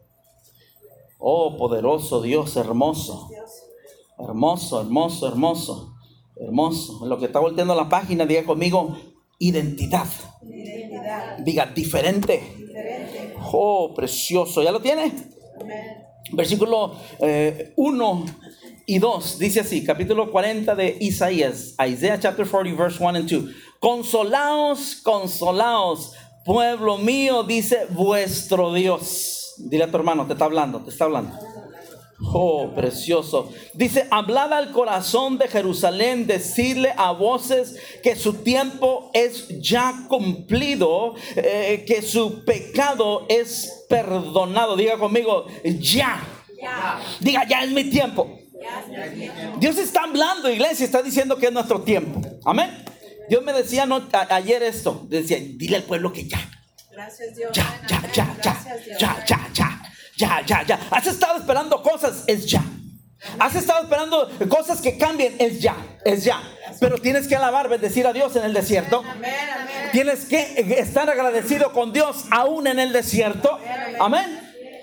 Oh, poderoso Dios, hermoso. Hermoso, hermoso, hermoso. Hermoso. Lo que está volteando la página, diga conmigo: identidad. Identidad. Diga diferente. Diferente. Oh, precioso. ¿Ya lo tiene? Amén. Versículo eh, uno y dos. Dice así, capítulo cuarenta de Isaías. Isaiah chapter forty, verse one and two. Consolaos, consolaos, pueblo mío, dice vuestro Dios. Dile a tu hermano, te está hablando, te está hablando. Oh, precioso. Dice: hablad al corazón de Jerusalén, decirle a voces que su tiempo es ya cumplido, eh, que su pecado es perdonado. Diga conmigo: ya. ya. Diga: ya es mi tiempo. Ya es mi tiempo. Dios está hablando, iglesia, está diciendo que es nuestro tiempo. Amén. Dios me decía no, a, ayer esto, decía: dile al pueblo que ya. Gracias Dios. Ya, ya, ya, ya, ya, ya, ya. Ya, ya, ya. Has estado esperando cosas, es ya. Has estado esperando cosas que cambien, es ya, es ya. Pero tienes que alabar, bendecir a Dios en el desierto. Amén, amén. Tienes que estar agradecido con Dios aún en el desierto. Amén.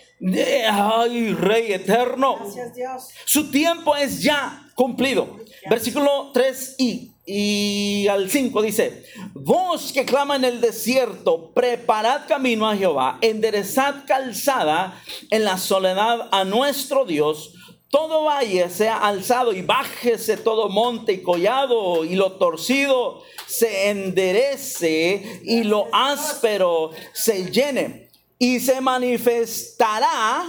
Ay, Rey eterno. Gracias Dios. Su tiempo es ya cumplido. Versículo tres y Y al cinco dice: voz que clama en el desierto, preparad camino a Jehová, enderezad calzada en la soledad a nuestro Dios. Todo valle sea alzado y bájese todo monte y collado, y lo torcido se enderece y lo áspero se llene, y se manifestará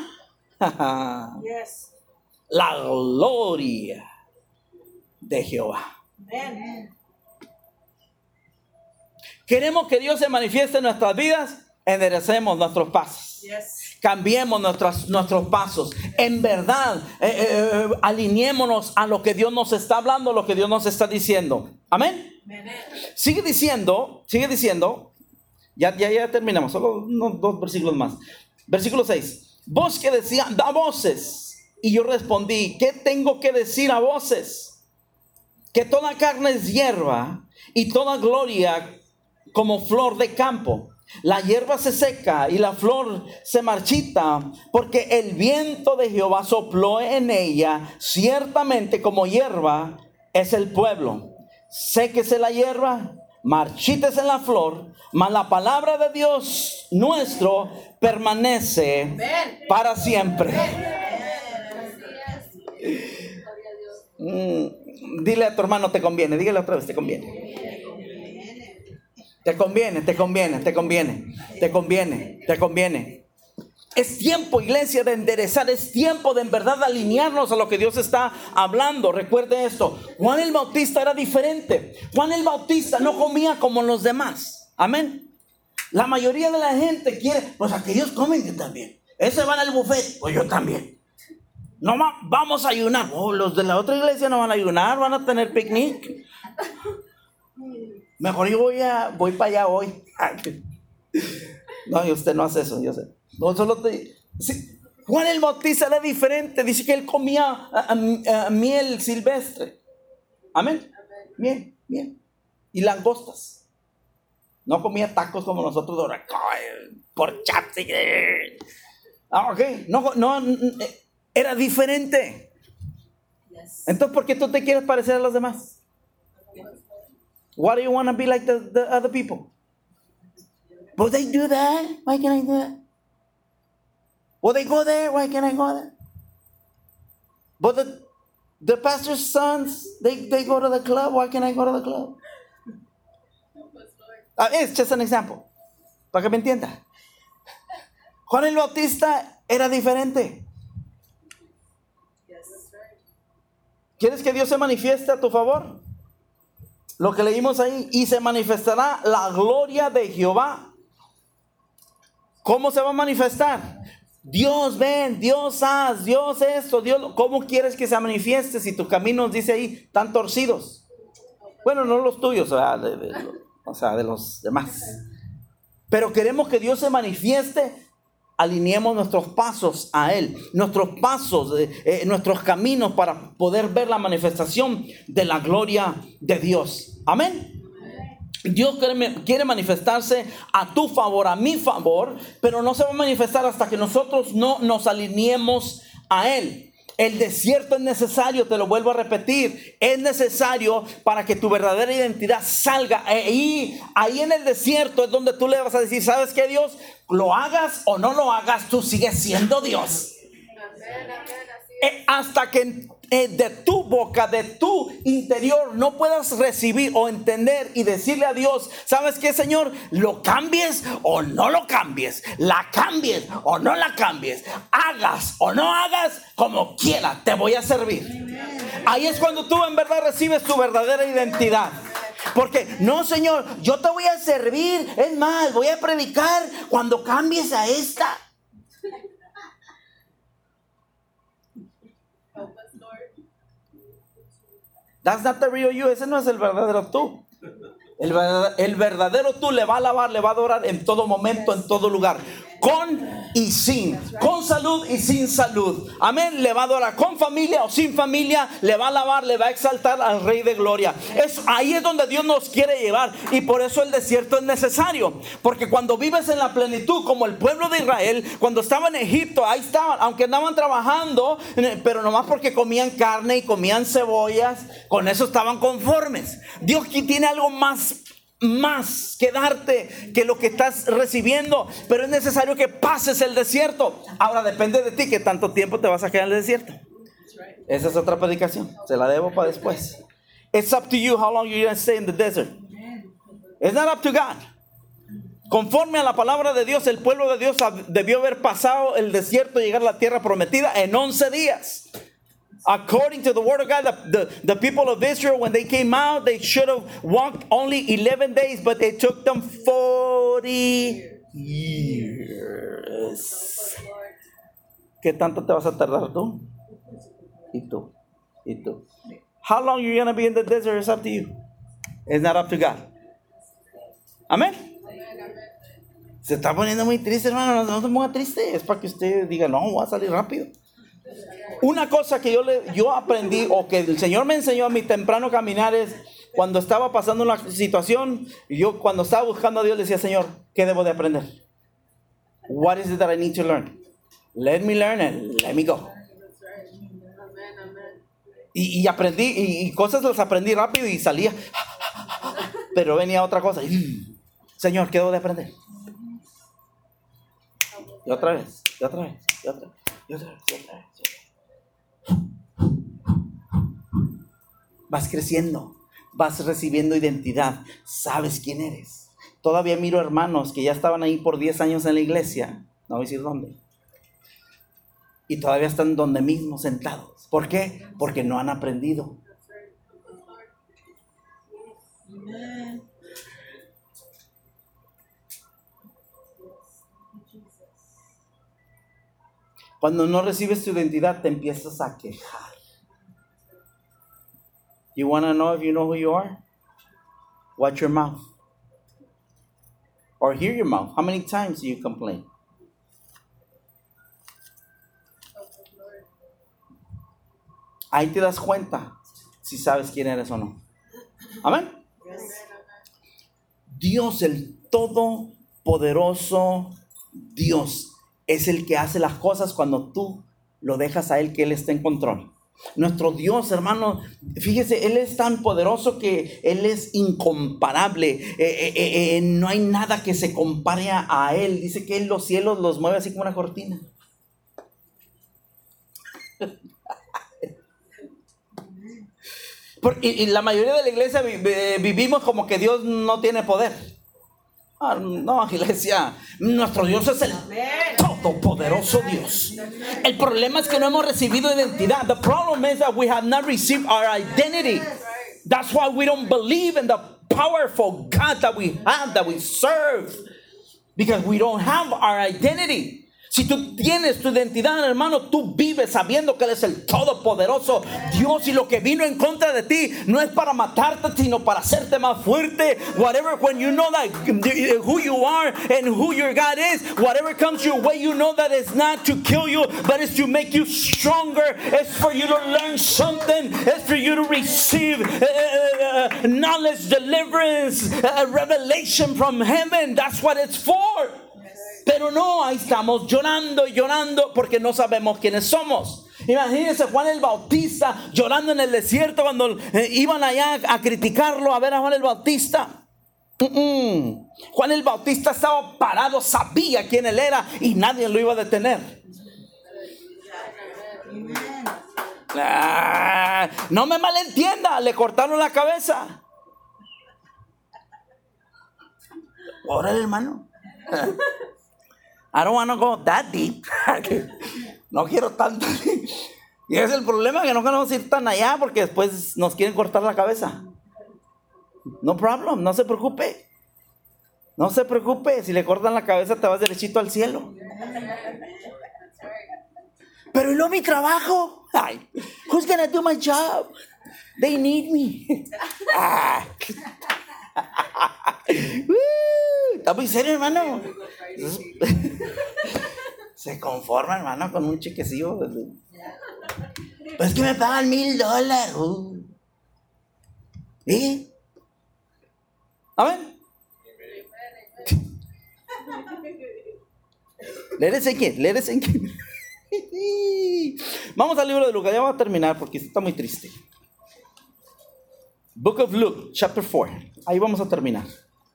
yes. la gloria de Jehová. Amen. Queremos que Dios se manifieste en nuestras vidas. Enderecemos nuestros pasos. Yes. Cambiemos nuestros, nuestros pasos. En verdad, eh, eh, alineémonos a lo que Dios nos está hablando, lo que Dios nos está diciendo. Amén. Amen. Sigue diciendo, sigue diciendo. Ya, ya, ya terminamos. Solo unos dos versículos más. Versículo seis. Voz que decía, da voces. Y yo respondí, ¿qué tengo que decir a voces? Que toda carne es hierba y toda gloria como flor de campo. La hierba se seca y la flor se marchita, porque el viento de Jehová sopló en ella. Ciertamente como hierba es el pueblo. Séquese la hierba, marchítese la flor, mas la palabra de Dios nuestro permanece para siempre. Mm, dile a tu hermano, te conviene. Dígale otra vez, te conviene. Te conviene, te conviene, te conviene, te conviene, te conviene. Es tiempo, iglesia, de enderezar. Es tiempo de en verdad alinearnos a lo que Dios está hablando. Recuerde esto. Juan el Bautista era diferente. Juan el Bautista no comía como los demás. Amén. La mayoría de la gente quiere, pues aquellos comen, yo también. Ese van al buffet, pues yo también. No va, vamos a ayunar. Oh, los de la otra iglesia no van a ayunar, van a tener picnic. Mejor yo voy a voy para allá hoy. No, y usted no hace eso, yo sé. No, solo te, sí. Juan el Bautista era diferente. Dice que él comía a, a, a miel silvestre. Amén. Miel, miel. Y langostas. No comía tacos como nosotros ahora. Por chapstick. Ah, ok. No, no, era diferente. Entonces, ¿por qué tú te quieres parecer a los demás? Why do you want to be like the, the other people? But they do that. Why can't I do that? Well, they go there. Why can't I go there? But the, the pastor's sons, they, they go to the club. Why can't I go to the club? Uh, it's just an example. Para que me entienda. Juan el Bautista era diferente. ¿Quieres que Dios se manifieste a tu favor? Lo que leímos ahí, y se manifestará la gloria de Jehová. ¿Cómo se va a manifestar? Dios ven, Dios haz, Dios esto, Dios. ¿Cómo quieres que se manifieste si tus caminos, dice ahí, están torcidos? Bueno, no los tuyos, o sea, de, de, o sea, de los demás. Pero queremos que Dios se manifieste. Alineemos nuestros pasos a Él, nuestros pasos, eh, eh, nuestros caminos para poder ver la manifestación de la gloria de Dios. Amén. Dios quiere, quiere manifestarse a tu favor, a mi favor, pero no se va a manifestar hasta que nosotros no nos alineemos a Él. El desierto es necesario, te lo vuelvo a repetir, es necesario para que tu verdadera identidad salga. Ahí, ahí en el desierto es donde tú le vas a decir, ¿sabes qué, Dios? Lo hagas o no lo hagas, tú sigues siendo Dios. Amén, amén, así es. Eh, hasta que eh, de tu boca, de tu interior, no puedas recibir o entender y decirle a Dios, ¿sabes qué, Señor? Lo cambies o no lo cambies, la cambies o no la cambies, hagas o no hagas, como quiera, te voy a servir. Ahí es cuando tú en verdad recibes tu verdadera identidad. Porque, no, Señor, yo te voy a servir, es más, voy a predicar cuando cambies a esta. That's not the real you. Ese no es el verdadero tú. El verdadero, el verdadero tú le va a alabar, le va a adorar en todo momento, en todo lugar. Con y sin. Con salud y sin salud. Amén. Le va a adorar con familia o sin familia. Le va a alabar, le va a exaltar al Rey de Gloria. Es, ahí es donde Dios nos quiere llevar. Y por eso el desierto es necesario. Porque cuando vives en la plenitud, como el pueblo de Israel, cuando estaba en Egipto, ahí estaban, aunque andaban trabajando, pero nomás porque comían carne y comían cebollas, con eso estaban conformes. Dios aquí tiene algo más más que darte que lo que estás recibiendo, pero es necesario que pases el desierto. Ahora depende de ti que tanto tiempo te vas a quedar en el desierto. Esa es otra predicación, se la debo para después. It's up to you how long you're going to stay in the desert. It's not up to God. Conforme a la palabra de Dios, el pueblo de Dios debió haber pasado el desierto y llegar a la tierra prometida en once días. According to the word of God, the, the, the people of Israel, when they came out, they should have walked only eleven days, but it took them forty years. ¿Qué tanto te vas a tardar tú? Y tú. Y tú. How long you're going to be in the desert is up to you. It's not up to God. Amen. Se está poniendo muy triste, hermano. No, no se ponga triste. Es para que usted diga, no, voy a salir rápido. Una cosa que yo, le, yo aprendí o que el Señor me enseñó a mi temprano caminar es cuando estaba pasando una situación, yo cuando estaba buscando a Dios le decía, Señor, ¿qué debo de aprender? What is it that I need to learn? Let me learn and let me go. Y, y aprendí, y, y cosas las aprendí rápido y salía. Pero venía otra cosa. Señor, ¿qué debo de aprender? Y otra vez, y otra vez, y otra vez, y otra vez, y otra vez. Vas creciendo, vas recibiendo identidad, sabes quién eres. Todavía miro hermanos que ya estaban ahí por diez años en la iglesia, no voy a decir dónde, y todavía están donde mismo sentados. ¿Por qué? Porque no han aprendido. Cuando no recibes tu identidad, te empiezas a quejar. You want to know if you know who you are? Watch your mouth. Or hear your mouth. How many times do you complain? Ahí te das cuenta si sabes quién eres o no. Amén. Dios, el todopoderoso Dios, es el que hace las cosas cuando tú lo dejas a Él, que Él esté en control. Nuestro Dios, hermano, fíjese, Él es tan poderoso que Él es incomparable. Eh, eh, eh, no hay nada que se compare a Él. Dice que Él los cielos los mueve así como una cortina. Por, y, y la mayoría de la iglesia vi, vi, vivimos como que Dios no tiene poder. Ah, no, iglesia, nuestro Dios es el todopoderoso Dios. El problema es que no hemos recibido identidad. The problem is that we have not received our identity. That's why we don't believe in the powerful God that we have, that we serve. Because we don't have our identity. Si tú tienes tu identidad, hermano, tú vives sabiendo que Él es el todopoderoso Dios, y lo que vino en contra de ti no es para matarte, sino para hacerte más fuerte. Whatever, when you know that who you are and who your God is, whatever comes your way, you know that it's not to kill you, but it's to make you stronger. It's for you to learn something. It's for you to receive uh, uh, knowledge, deliverance, uh, revelation from heaven. That's what it's for. Pero no, ahí estamos llorando y llorando porque no sabemos quiénes somos. Imagínense Juan el Bautista llorando en el desierto cuando eh, iban allá a criticarlo, a ver a Juan el Bautista. Mm-mm. Juan el Bautista estaba parado, sabía quién él era y nadie lo iba a detener. Ah, no me malentienda, le cortaron la cabeza. Órale, hermano. I don't want to go that deep. No quiero tanto. Y es el problema, que no queremos ir tan allá porque después nos quieren cortar la cabeza. No problem, no se preocupe. No se preocupe, si le cortan la cabeza te vas derechito al cielo. Pero ¿y luego mi trabajo? Ay, who's gonna do my job? They need me. Ah. ¿Está muy serio, hermano? Se conforma, hermano, con un chequecillo. Pues es que me pagan mil dólares. Uh. ¿Y? Amén. Let it sink in, let it sink in. Vamos al libro de Lucas, ya vamos a terminar porque está muy triste. Book of Luke, chapter four. Ahí vamos a terminar.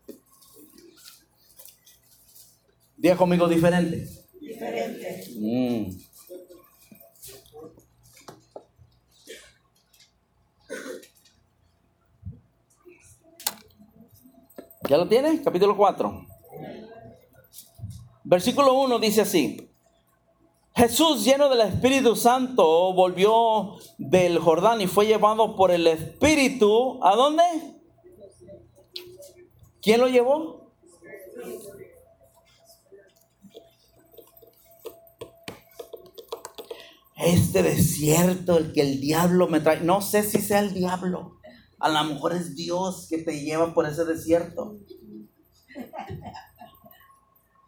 Diga conmigo, diferente. Diferente. Mm. ¿Ya lo tiene? Capítulo cuatro. Versículo uno dice así: Jesús, lleno del Espíritu Santo, volvió del Jordán y fue llevado por el Espíritu. ¿A dónde? ¿Quién lo llevó? Este desierto, el que el diablo me trae. No sé si sea el diablo. A lo mejor es Dios que te lleva por ese desierto.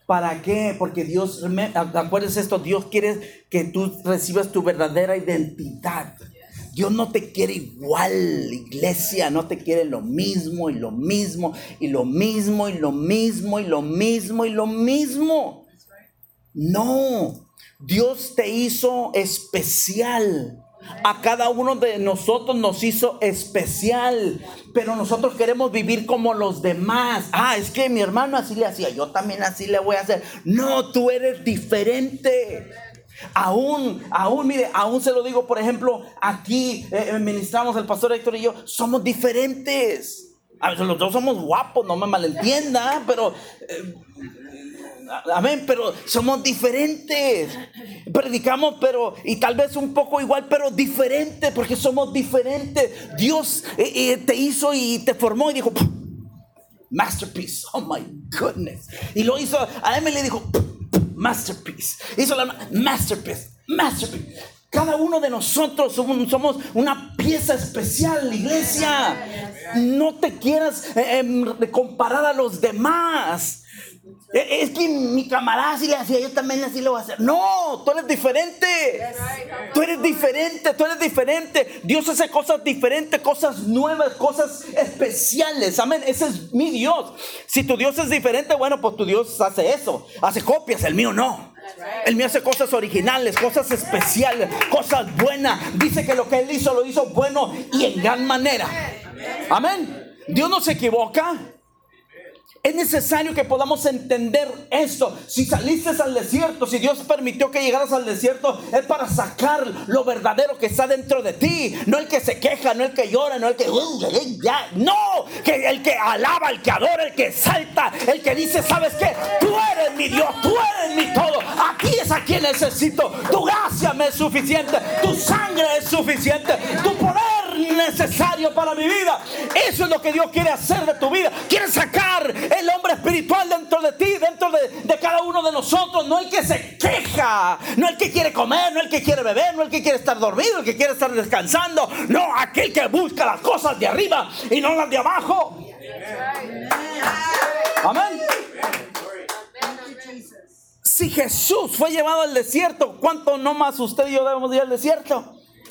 ¿Para qué? Porque Dios, acuérdense esto, Dios quiere que tú recibas tu verdadera identidad. Dios no te quiere igual, iglesia, no te quiere lo mismo y lo mismo y lo mismo y lo mismo y lo mismo y lo mismo. No, Dios te hizo especial. A cada uno de nosotros nos hizo especial, pero nosotros queremos vivir como los demás. Ah, es que mi hermano así le hacía, yo también así le voy a hacer. No, tú eres diferente. Aún, aún, mire, aún se lo digo, por ejemplo, aquí eh, ministramos el pastor Héctor y yo, somos diferentes. A veces los dos somos guapos, no me malentienda, pero... Eh, Amén, pero somos diferentes. Predicamos, pero y tal vez un poco igual, pero diferente, porque somos diferentes. Dios eh, eh, te hizo y te formó y dijo, masterpiece. Oh my goodness. Y lo hizo. A Emily dijo, masterpiece. Hizo la masterpiece, masterpiece. Cada uno de nosotros somos, somos una pieza especial, iglesia. No te quieras eh, eh, comparar a los demás. Es que mi camarada así le hacía, yo también así lo voy a hacer. No, tú eres diferente. Tú eres diferente, tú eres diferente. Dios hace cosas diferentes, cosas nuevas, cosas especiales. Amén, ese es mi Dios. Si tu Dios es diferente, bueno, pues tu Dios hace eso. Hace copias, el mío no. El mío hace cosas originales, cosas especiales, cosas buenas. Dice que lo que Él hizo, lo hizo bueno y en gran manera. Amén. Dios no se equivoca. Es necesario que podamos entender esto. Si saliste al desierto, si Dios permitió que llegaras al desierto, es para sacar lo verdadero que está dentro de ti. No el que se queja, no el que llora, no el que... No, que el que alaba, el que adora, el que salta, el que dice, ¿sabes qué? Tú eres mi Dios, tú eres mi todo. Aquí es a quien necesito. Tu gracia me es suficiente, tu sangre es suficiente, tu poder necesario para mi vida. Eso es lo que Dios quiere hacer de tu vida. Quiere sacar el hombre espiritual dentro de ti, dentro de, de cada uno de nosotros. No el que se queja, no el que quiere comer, no el que quiere beber, no el que quiere estar dormido, el que quiere estar descansando. No, aquel que busca las cosas de arriba y no las de abajo. Amén. Si Jesús fue llevado al desierto, ¿cuánto no más usted y yo debemos ir al desierto?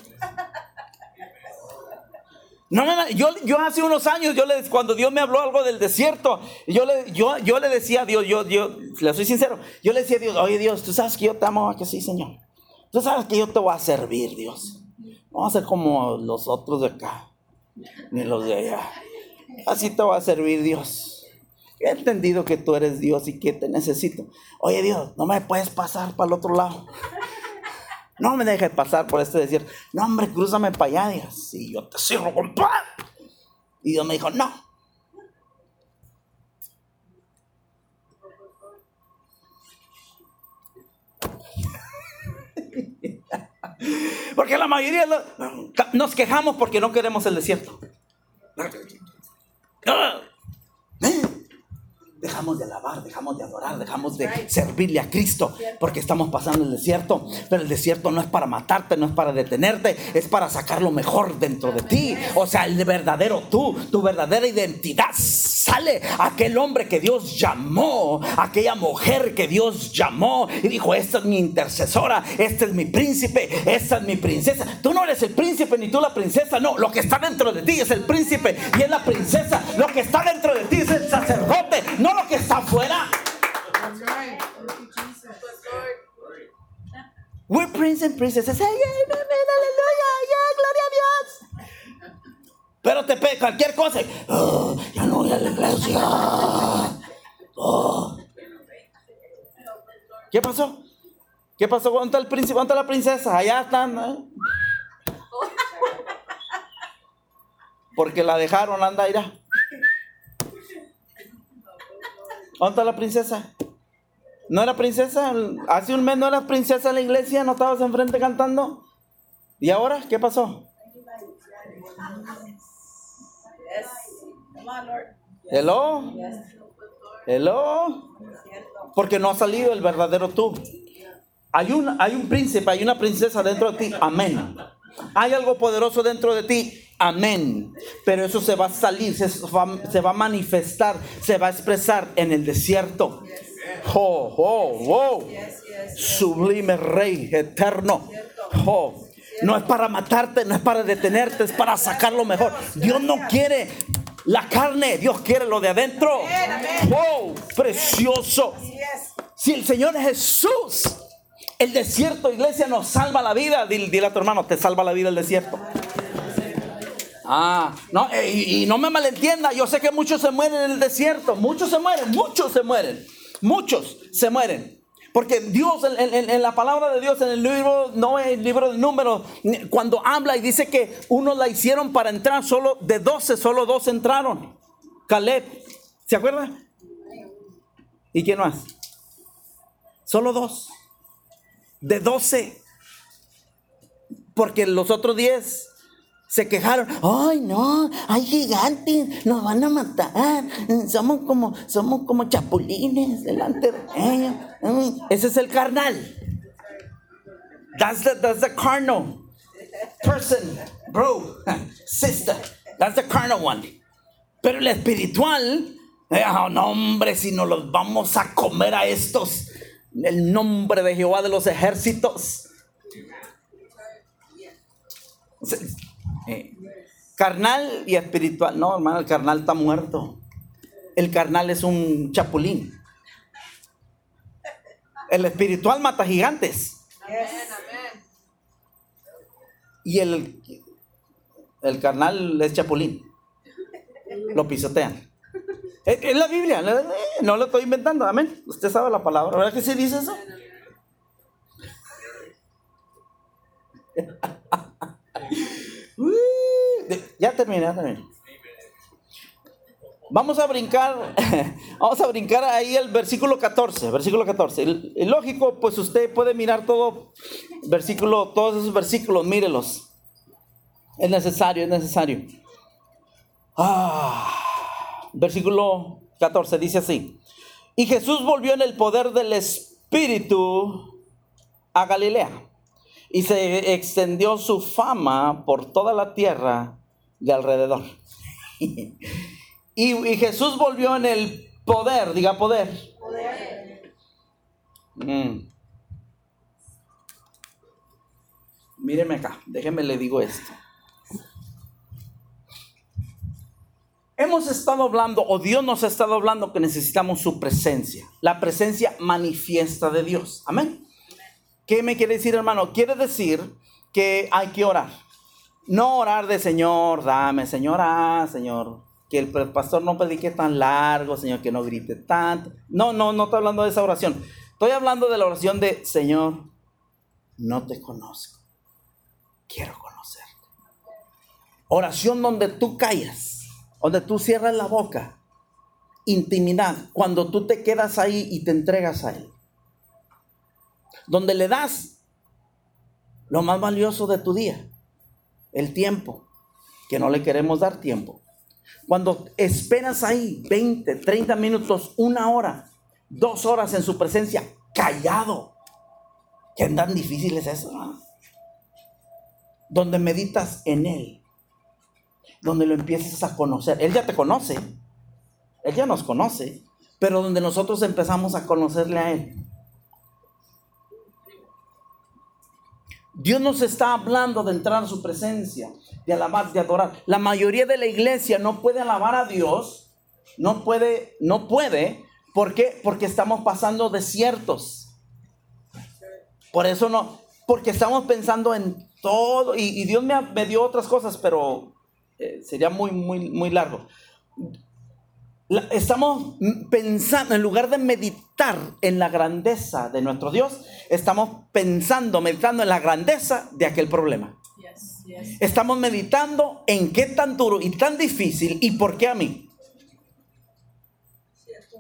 No, no, yo, yo hace unos años, yo le, cuando Dios me habló algo del desierto, yo le, yo, yo le decía a Dios, yo, yo le soy sincero, yo le decía a Dios, oye Dios, tú sabes que yo te amo, que sí, Señor. Tú sabes que yo te voy a servir, Dios. No voy a ser como los otros de acá, ni los de allá. Así te voy a servir, Dios. He entendido que tú eres Dios y que te necesito. Oye Dios, no me puedes pasar para el otro lado. No me dejes pasar por este desierto. No, hombre, crúzame para allá, Dios. Y yo te sirvo con pan. Y Dios me dijo, no. Porque la mayoría nos quejamos porque no queremos el desierto. Dejamos de alabar, dejamos de adorar, dejamos de servirle a Cristo porque estamos pasando el desierto. Pero el desierto no es para matarte, no es para detenerte, es para sacar lo mejor dentro de ti. O sea, el verdadero tú, tu verdadera identidad. Sale aquel hombre que Dios llamó, aquella mujer que Dios llamó y dijo, esta es mi intercesora, este es mi príncipe, esta es mi princesa. Tú no eres el príncipe ni tú la princesa, no, lo que está dentro de ti es el príncipe y es la princesa. Lo que está dentro de ti es el sacerdote, no lo que está afuera. We're prince and princesses. Hey, aleluya, yeah, gloria a Dios. Pero te pega cualquier cosa. Oh, ya no voy a la iglesia. Oh. ¿Qué pasó? ¿Qué pasó? ¿Dónde está el príncipe? ¿Dónde está la princesa? Allá están. ¿eh? Porque la dejaron, anda, irá. ¿Dónde está la princesa? ¿No era princesa? Hace un mes no eras princesa en la iglesia, no estabas enfrente cantando. ¿Y ahora qué pasó? Hello. Hello. Porque no ha salido el verdadero tú. Hay un, hay un príncipe, hay una princesa dentro de ti. Amén. Hay algo poderoso dentro de ti. Amén. Pero eso se va a salir, se va, se va a manifestar, se va a expresar en el desierto. Oh, oh, oh. Yes, yes, yes. Sublime Rey eterno. Oh. No es para matarte, no es para detenerte, es para sacar lo mejor. Dios no quiere la carne, Dios quiere lo de adentro. Oh, precioso. Si el Señor Jesús, el desierto, iglesia, nos salva la vida. Dile, dile a tu hermano, te salva la vida el desierto. Ah, no, y, y no me malentienda, yo sé que muchos se mueren en el desierto, muchos se mueren, muchos se mueren, muchos se mueren. Porque Dios, en, en, en la palabra de Dios, en el libro, no es el libro de Números, cuando habla y dice que unos la hicieron para entrar, solo de doce, solo dos entraron. Caleb, ¿se acuerda? ¿Y quién más? Solo dos. De doce. Porque los otros diez se quejaron. Ay, no, hay gigantes, nos van a matar. Somos como, somos como chapulines delante de ellos. Ese es el carnal. That's the, that's the carnal person, bro, sister. That's the carnal one. Pero el espiritual, oh, no, hombre, si nos los vamos a comer a estos, en el nombre de Jehová de los ejércitos. Eh, carnal y espiritual. No, hermano, el carnal está muerto. El carnal es un chapulín. El espiritual mata gigantes. Y el, el carnal es chapulín. Lo pisotean. Es, es la Biblia. No lo estoy inventando. Amén. Usted sabe la palabra. ¿Verdad que sí dice eso? Ya terminé, ya terminé. Vamos a brincar, vamos a brincar ahí el versículo catorce, versículo catorce. Y, y lógico, pues usted puede mirar todo versículo, todos esos versículos, mírelos. Es necesario, es necesario. Ah, versículo catorce dice así: y Jesús volvió en el poder del Espíritu a Galilea. Y se extendió su fama por toda la tierra de alrededor. y, y Jesús volvió en el poder, diga poder. Poder. Mm. Míreme acá, déjeme le digo esto. Hemos estado hablando, o Dios nos ha estado hablando, que necesitamos su presencia. La presencia manifiesta de Dios. Amén. ¿Qué me quiere decir, hermano? Quiere decir que hay que orar. No orar de Señor, dame, Señor, ah, Señor. Que el pastor no predique tan largo, Señor, que no grite tanto. No, no, no estoy hablando de esa oración. Estoy hablando de la oración de Señor, no te conozco. Quiero conocerte. Oración donde tú callas, donde tú cierras la boca. Intimidad, cuando tú te quedas ahí y te entregas a Él. Donde le das lo más valioso de tu día, el tiempo, que no le queremos dar tiempo. Cuando esperas ahí veinte, treinta minutos, una hora, dos horas en su presencia, callado. ¿Qué tan difícil es eso, ¿no? Donde meditas en Él, donde lo empiezas a conocer. Él ya te conoce, Él ya nos conoce, pero donde nosotros empezamos a conocerle a Él. Dios nos está hablando de entrar a su presencia, de alabar, de adorar. La mayoría de la iglesia no puede alabar a Dios, no puede, no puede, ¿por qué? Porque estamos pasando desiertos. Por eso no, porque estamos pensando en todo, y, y Dios me, me dio otras cosas, pero eh, sería muy, muy, muy largo. La, estamos pensando, en lugar de meditar en la grandeza de nuestro Dios, estamos pensando, meditando en la grandeza de aquel problema. Yes, yes. Estamos meditando en qué tan duro y tan difícil y por qué a mí. Cierto.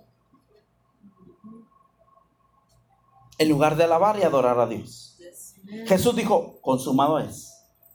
En lugar de alabar y adorar a Dios. Yes. Jesús dijo, consumado es.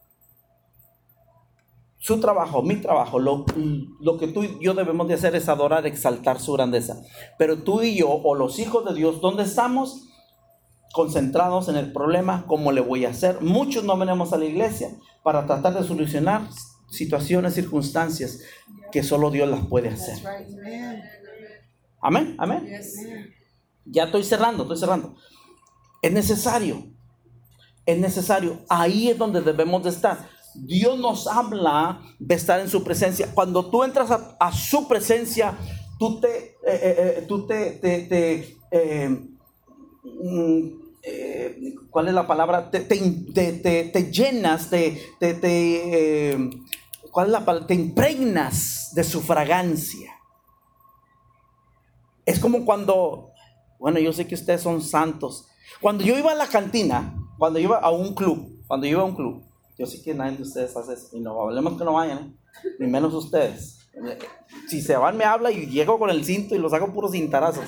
Su trabajo, mi trabajo, lo, lo que tú y yo debemos de hacer es adorar, exaltar su grandeza. Pero tú y yo, o los hijos de Dios, ¿dónde estamos? Concentrados en el problema, ¿cómo le voy a hacer? Muchos no venimos a la iglesia para tratar de solucionar situaciones, circunstancias que solo Dios las puede hacer. Amén, amén. Ya estoy cerrando, estoy cerrando. Es necesario. Es necesario. Ahí es donde debemos de estar. Dios nos habla de estar en su presencia. Cuando tú entras a, a su presencia, tú te, eh, eh, eh, tú te, te, te eh, mm, eh, ¿cuál es la palabra? Te, te, te, te, te llenas, te, te, te eh, ¿cuál es la palabra? Te impregnas de su fragancia. Es como cuando, bueno, yo sé que ustedes son santos. Cuando yo iba a la cantina, cuando yo iba a un club, cuando yo iba a un club, yo sé que nadie de ustedes hace eso, y no hablemos que no vayan, ¿eh? Ni menos ustedes. Si se van me habla y llego con el cinto y los hago puros cintarazos.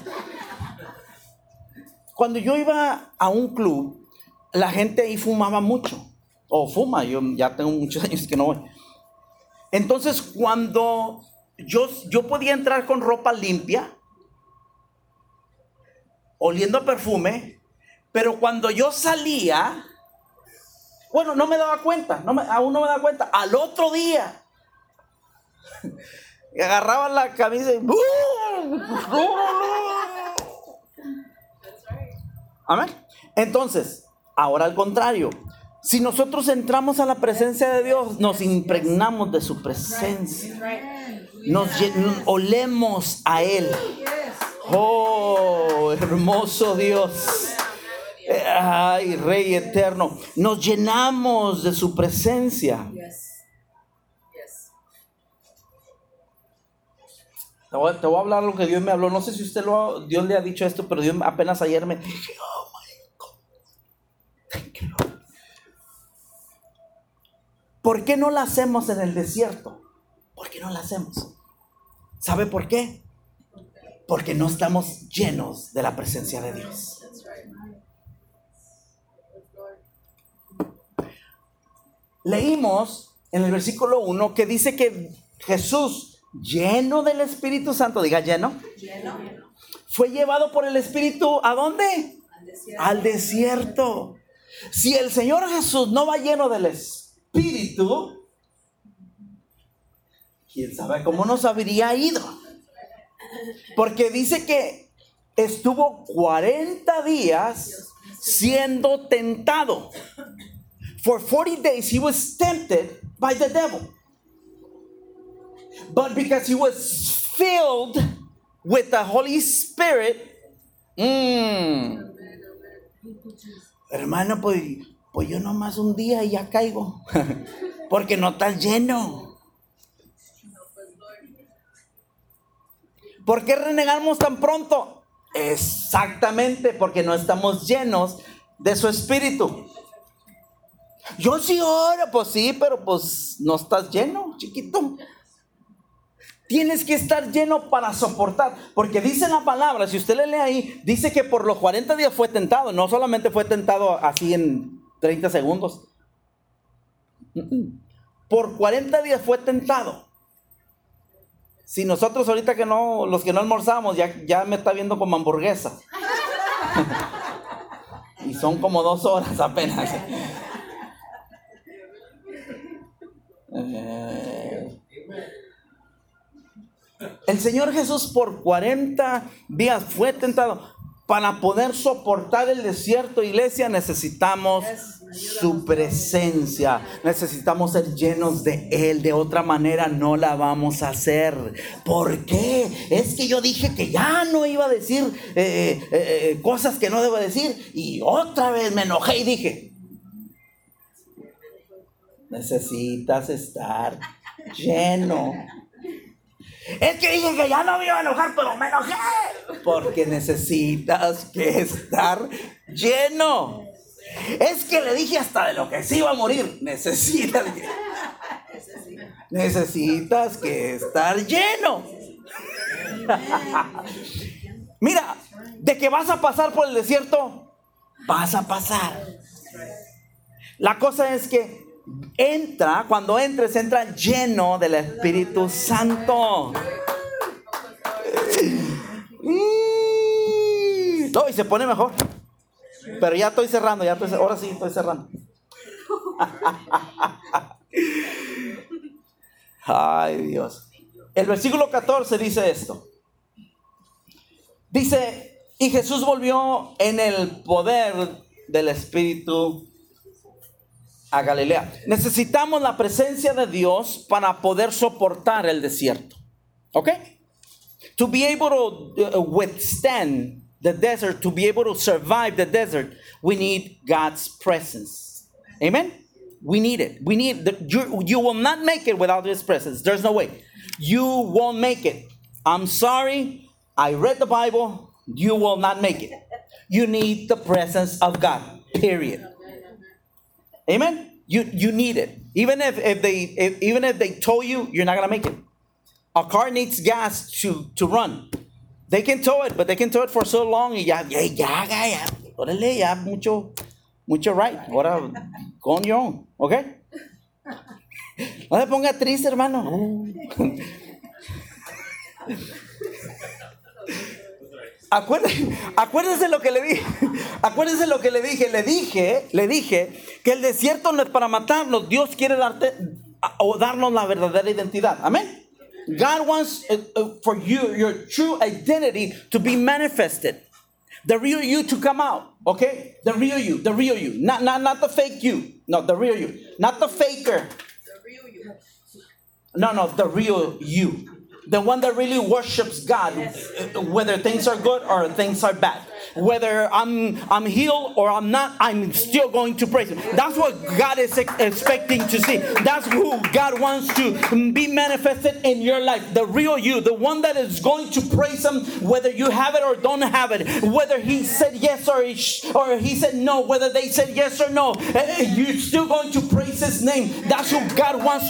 Cuando yo iba a un club, la gente ahí fumaba mucho, o fuma, yo ya tengo muchos años que no voy. Entonces cuando yo, yo podía entrar con ropa limpia, oliendo a perfume, pero cuando yo salía, bueno, no me daba cuenta, no me, aún no me daba cuenta. Al otro día, agarraba la camisa y amén. Entonces, ahora al contrario, si nosotros entramos a la presencia de Dios, nos impregnamos de su presencia, nos olemos a Él. Oh, hermoso Dios. Ay, Rey eterno. Nos llenamos de su presencia. Te voy, te voy a hablar lo que Dios me habló. No sé si usted lo, Dios le ha dicho esto, pero Dios apenas ayer me dije, oh my God, thank you, Lord. ¿Por qué no la hacemos en el desierto? ¿Por qué no la hacemos? ¿Sabe por qué? Porque no estamos llenos de la presencia de Dios. Leímos en el versículo uno que dice que Jesús, lleno del Espíritu Santo, diga lleno, lleno, fue llevado por el Espíritu ¿a dónde? Al desierto. Al desierto. Si el Señor Jesús no va lleno del Espíritu, quién sabe cómo nos habría ido. Porque dice que estuvo cuarenta días siendo tentado. For forty days he was tempted by the devil. But because he was filled with the Holy Spirit, mmm, hermano, pues, pues yo nomás un día y ya caigo. Porque no estás lleno. ¿Por qué renegamos tan pronto? Exactamente porque no estamos llenos de su espíritu. Yo sí oro, pues sí, pero pues no estás lleno, chiquito. Tienes que estar lleno para soportar, porque dice la palabra, si usted le lee ahí, dice que por los cuarenta días fue tentado, no solamente fue tentado así en treinta segundos. Por cuarenta días fue tentado. Si nosotros ahorita que no, los que no almorzamos, ya, ya me está viendo como hamburguesa. Y son como dos horas apenas. Eh, el Señor Jesús por cuarenta días fue tentado. Para poder soportar el desierto, iglesia, necesitamos su presencia. Necesitamos ser llenos de Él. De otra manera no la vamos a hacer. ¿Por qué? Es que yo dije que ya no iba a decir eh, eh, eh, cosas que no debo decir. Y otra vez me enojé y dije, necesitas estar lleno. Es que dije que ya no me iba a enojar, pero me enojé. Porque necesitas que estar lleno. Es que le dije hasta de lo que se iba a morir. Necesitas que, necesitas que estar lleno. Mira, de que vas a pasar por el desierto, vas a pasar. La cosa es que entra, cuando entres, entra lleno del Espíritu Santo. No, y se pone mejor. Pero ya estoy cerrando, ya estoy, ahora sí estoy cerrando. Ay, Dios. El versículo catorce dice esto. Dice, Y Jesús volvió en el poder del Espíritu a Galilea. Necesitamos la presencia de Dios para poder soportar el desierto. ¿Ok? To be able to withstand the desert, to be able to survive the desert, we need God's presence. Amen? We need it. We need the, you, you will not make it without His presence. There's no way. You won't make it. I'm sorry. I read the Bible. You will not make it. You need the presence of God. Period. Amen. You you need it. Even if, if they if, even if they tow you, you're not gonna make it. A car needs gas to, to run. They can tow it, but they can tow it for so long. Y ya, ya, ya, ya. Órale, ya mucho, mucho right. Ahora, go on your own, ¿ok? No se ponga triste, hermano. Acuérdense, acuérdense lo que le dije. Acuérdense lo que le dije. Le dije, le dije que el desierto no es para matarnos. Dios quiere darte o darnos la verdadera identidad. Amén. God wants uh, uh, for you your true identity to be manifested. The real you to come out. Okay? The real you. The real you. Not not not the fake you. No, the real you. Not the faker. The real you. No, no, the real you. The one that really worships God, yes. Whether things are good or things are bad. Whether I'm I'm healed or I'm not, I'm still going to praise Him. That's what God is expecting to see. That's who God wants to be manifested in your life. The real you, the one that is going to praise Him, whether you have it or don't have it. Whether He said yes or he, or he said no. Whether they said yes or no, you're still going to praise His name. That's who God wants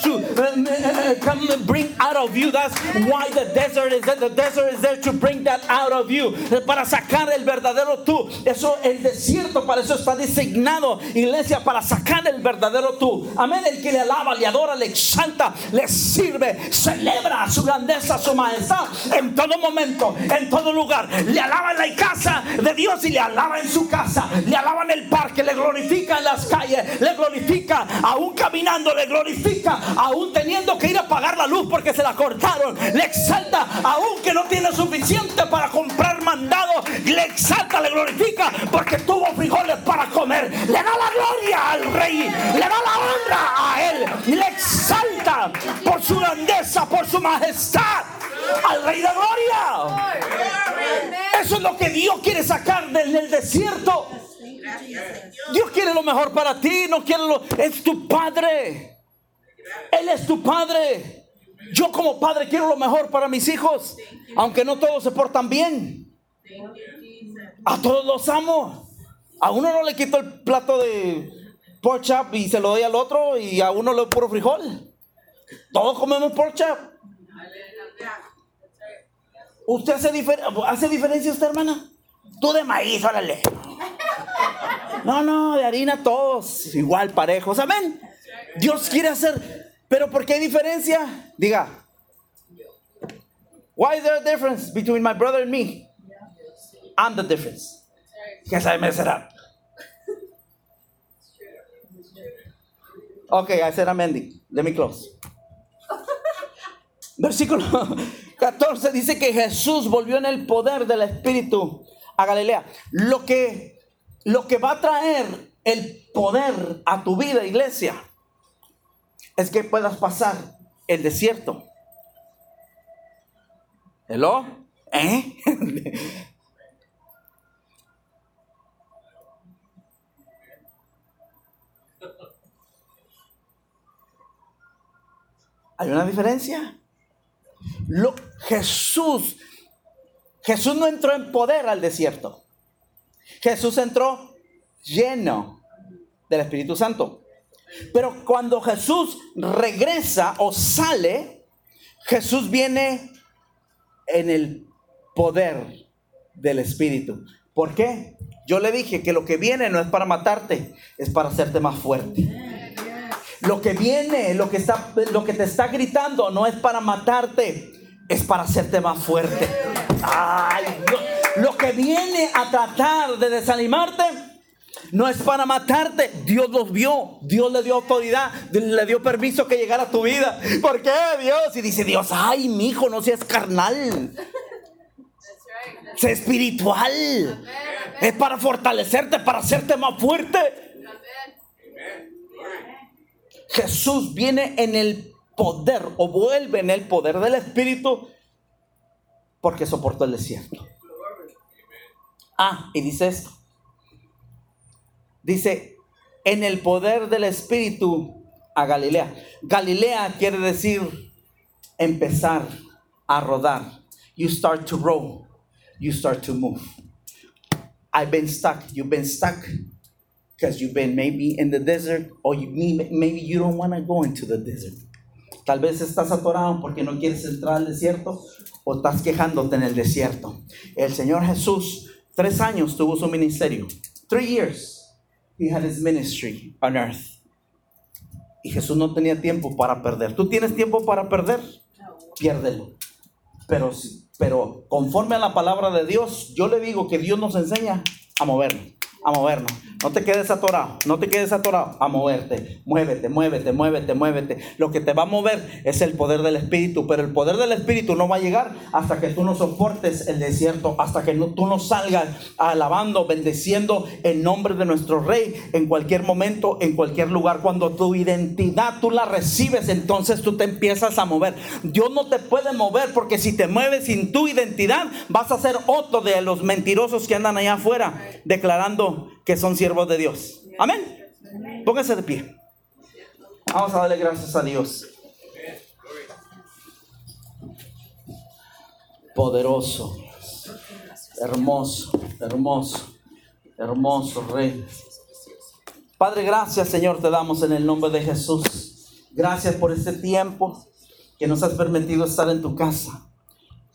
to come and bring out of you. That's why the desert is there. The desert is there to bring that out of you. Para sacar el verdadero tú. Eso, el desierto, para eso está designado, iglesia, para sacar el verdadero tú. Amén. El que le alaba, le adora, le exalta, le sirve, celebra su grandeza, su majestad en todo momento, en todo lugar. Le alaba en la casa de Dios y le alaba en su casa. Le alaba en el parque, le glorifica en las calles, le glorifica aún caminando, le glorifica aún teniendo que ir a pagar la luz porque se la cortaron. Le exalta aún que no tiene suficiente para comprar mandado. Le exalta, le glorifica porque tuvo frijoles para comer. Le da la gloria al Rey, le da la honra a Él, le exalta por su grandeza, por su majestad al Rey de gloria. Eso es lo que Dios quiere sacar del, del desierto. Dios quiere lo mejor para ti, no quiere lo, es tu Padre. Él es tu Padre. Yo como padre quiero lo mejor para mis hijos, aunque no todos se portan bien. A todos los amo. A uno no le quito el plato de pork chop y se lo doy al otro, y a uno le doy puro frijol. Todos comemos pork chop. ¿Usted hace, difer- hace diferencia usted, hermana? Tú de maíz, órale. No, no, de harina todos igual, parejos. Amén. Dios quiere hacer. Pero ¿por qué hay diferencia? Diga. Why is there a difference between my brother and me? I'm the difference. ¿Qué sabe me será? Okay, I said I'm ending. Let me close. Versículo catorce dice que Jesús volvió en el poder del Espíritu a Galilea. Lo que, lo que va a traer el poder a tu vida, iglesia, es que puedas pasar el desierto. ¿Hello? ¿Eh? ¿Hay una diferencia? Lo, Jesús, Jesús no entró en poder al desierto. Jesús entró lleno del Espíritu Santo. Pero cuando Jesús regresa o sale, Jesús viene en el poder del Espíritu. ¿Por qué? Yo le dije que lo que viene no es para matarte, es para hacerte más fuerte. Lo que viene, lo que está, lo que te está gritando no es para matarte, es para hacerte más fuerte. Ay, lo, lo que viene a tratar de desanimarte no es para matarte. Dios los vio, Dios le dio autoridad, le dio permiso que llegara a tu vida. ¿Por qué, Dios? Y dice Dios, ay, mi hijo, no seas carnal. Sé espiritual. Es para fortalecerte, para hacerte más fuerte. Jesús viene en el poder o vuelve en el poder del Espíritu porque soportó el desierto. Ah, y dice esto. Dice, en el poder del Espíritu a Galilea. Galilea quiere decir empezar a rodar. You start to roll. You start to move. I've been stuck. You've been stuck because you've been maybe in the desert, or you, maybe you don't want to go into the desert. Tal vez estás atorado porque no quieres entrar al desierto, o estás quejándote en el desierto. El Señor Jesús, tres años tuvo su ministerio. Three years he had his ministry on earth. Y Jesús no tenía tiempo para perder. ¿Tú tienes tiempo para perder? Piérdelo. Pero, pero conforme a la palabra de Dios, yo le digo que Dios nos enseña a movernos, a movernos. No te quedes atorado, no te quedes atorado, a moverte. Muévete, muévete, muévete, muévete. Lo que te va a mover es el poder del Espíritu, pero el poder del Espíritu no va a llegar hasta que tú no soportes el desierto, hasta que no, tú no salgas alabando, bendeciendo el nombre de nuestro Rey en cualquier momento, en cualquier lugar. Cuando tu identidad tú la recibes, entonces tú te empiezas a mover. Dios no te puede mover, porque si te mueves sin tu identidad, vas a ser otro de los mentirosos que andan allá afuera declarando que son siervos de Dios. Amén. Póngase de pie. Vamos a darle gracias a Dios. Poderoso, hermoso, hermoso, hermoso Rey. Padre, gracias, Señor, te damos en el nombre de Jesús. Gracias por este tiempo que nos has permitido estar en tu casa.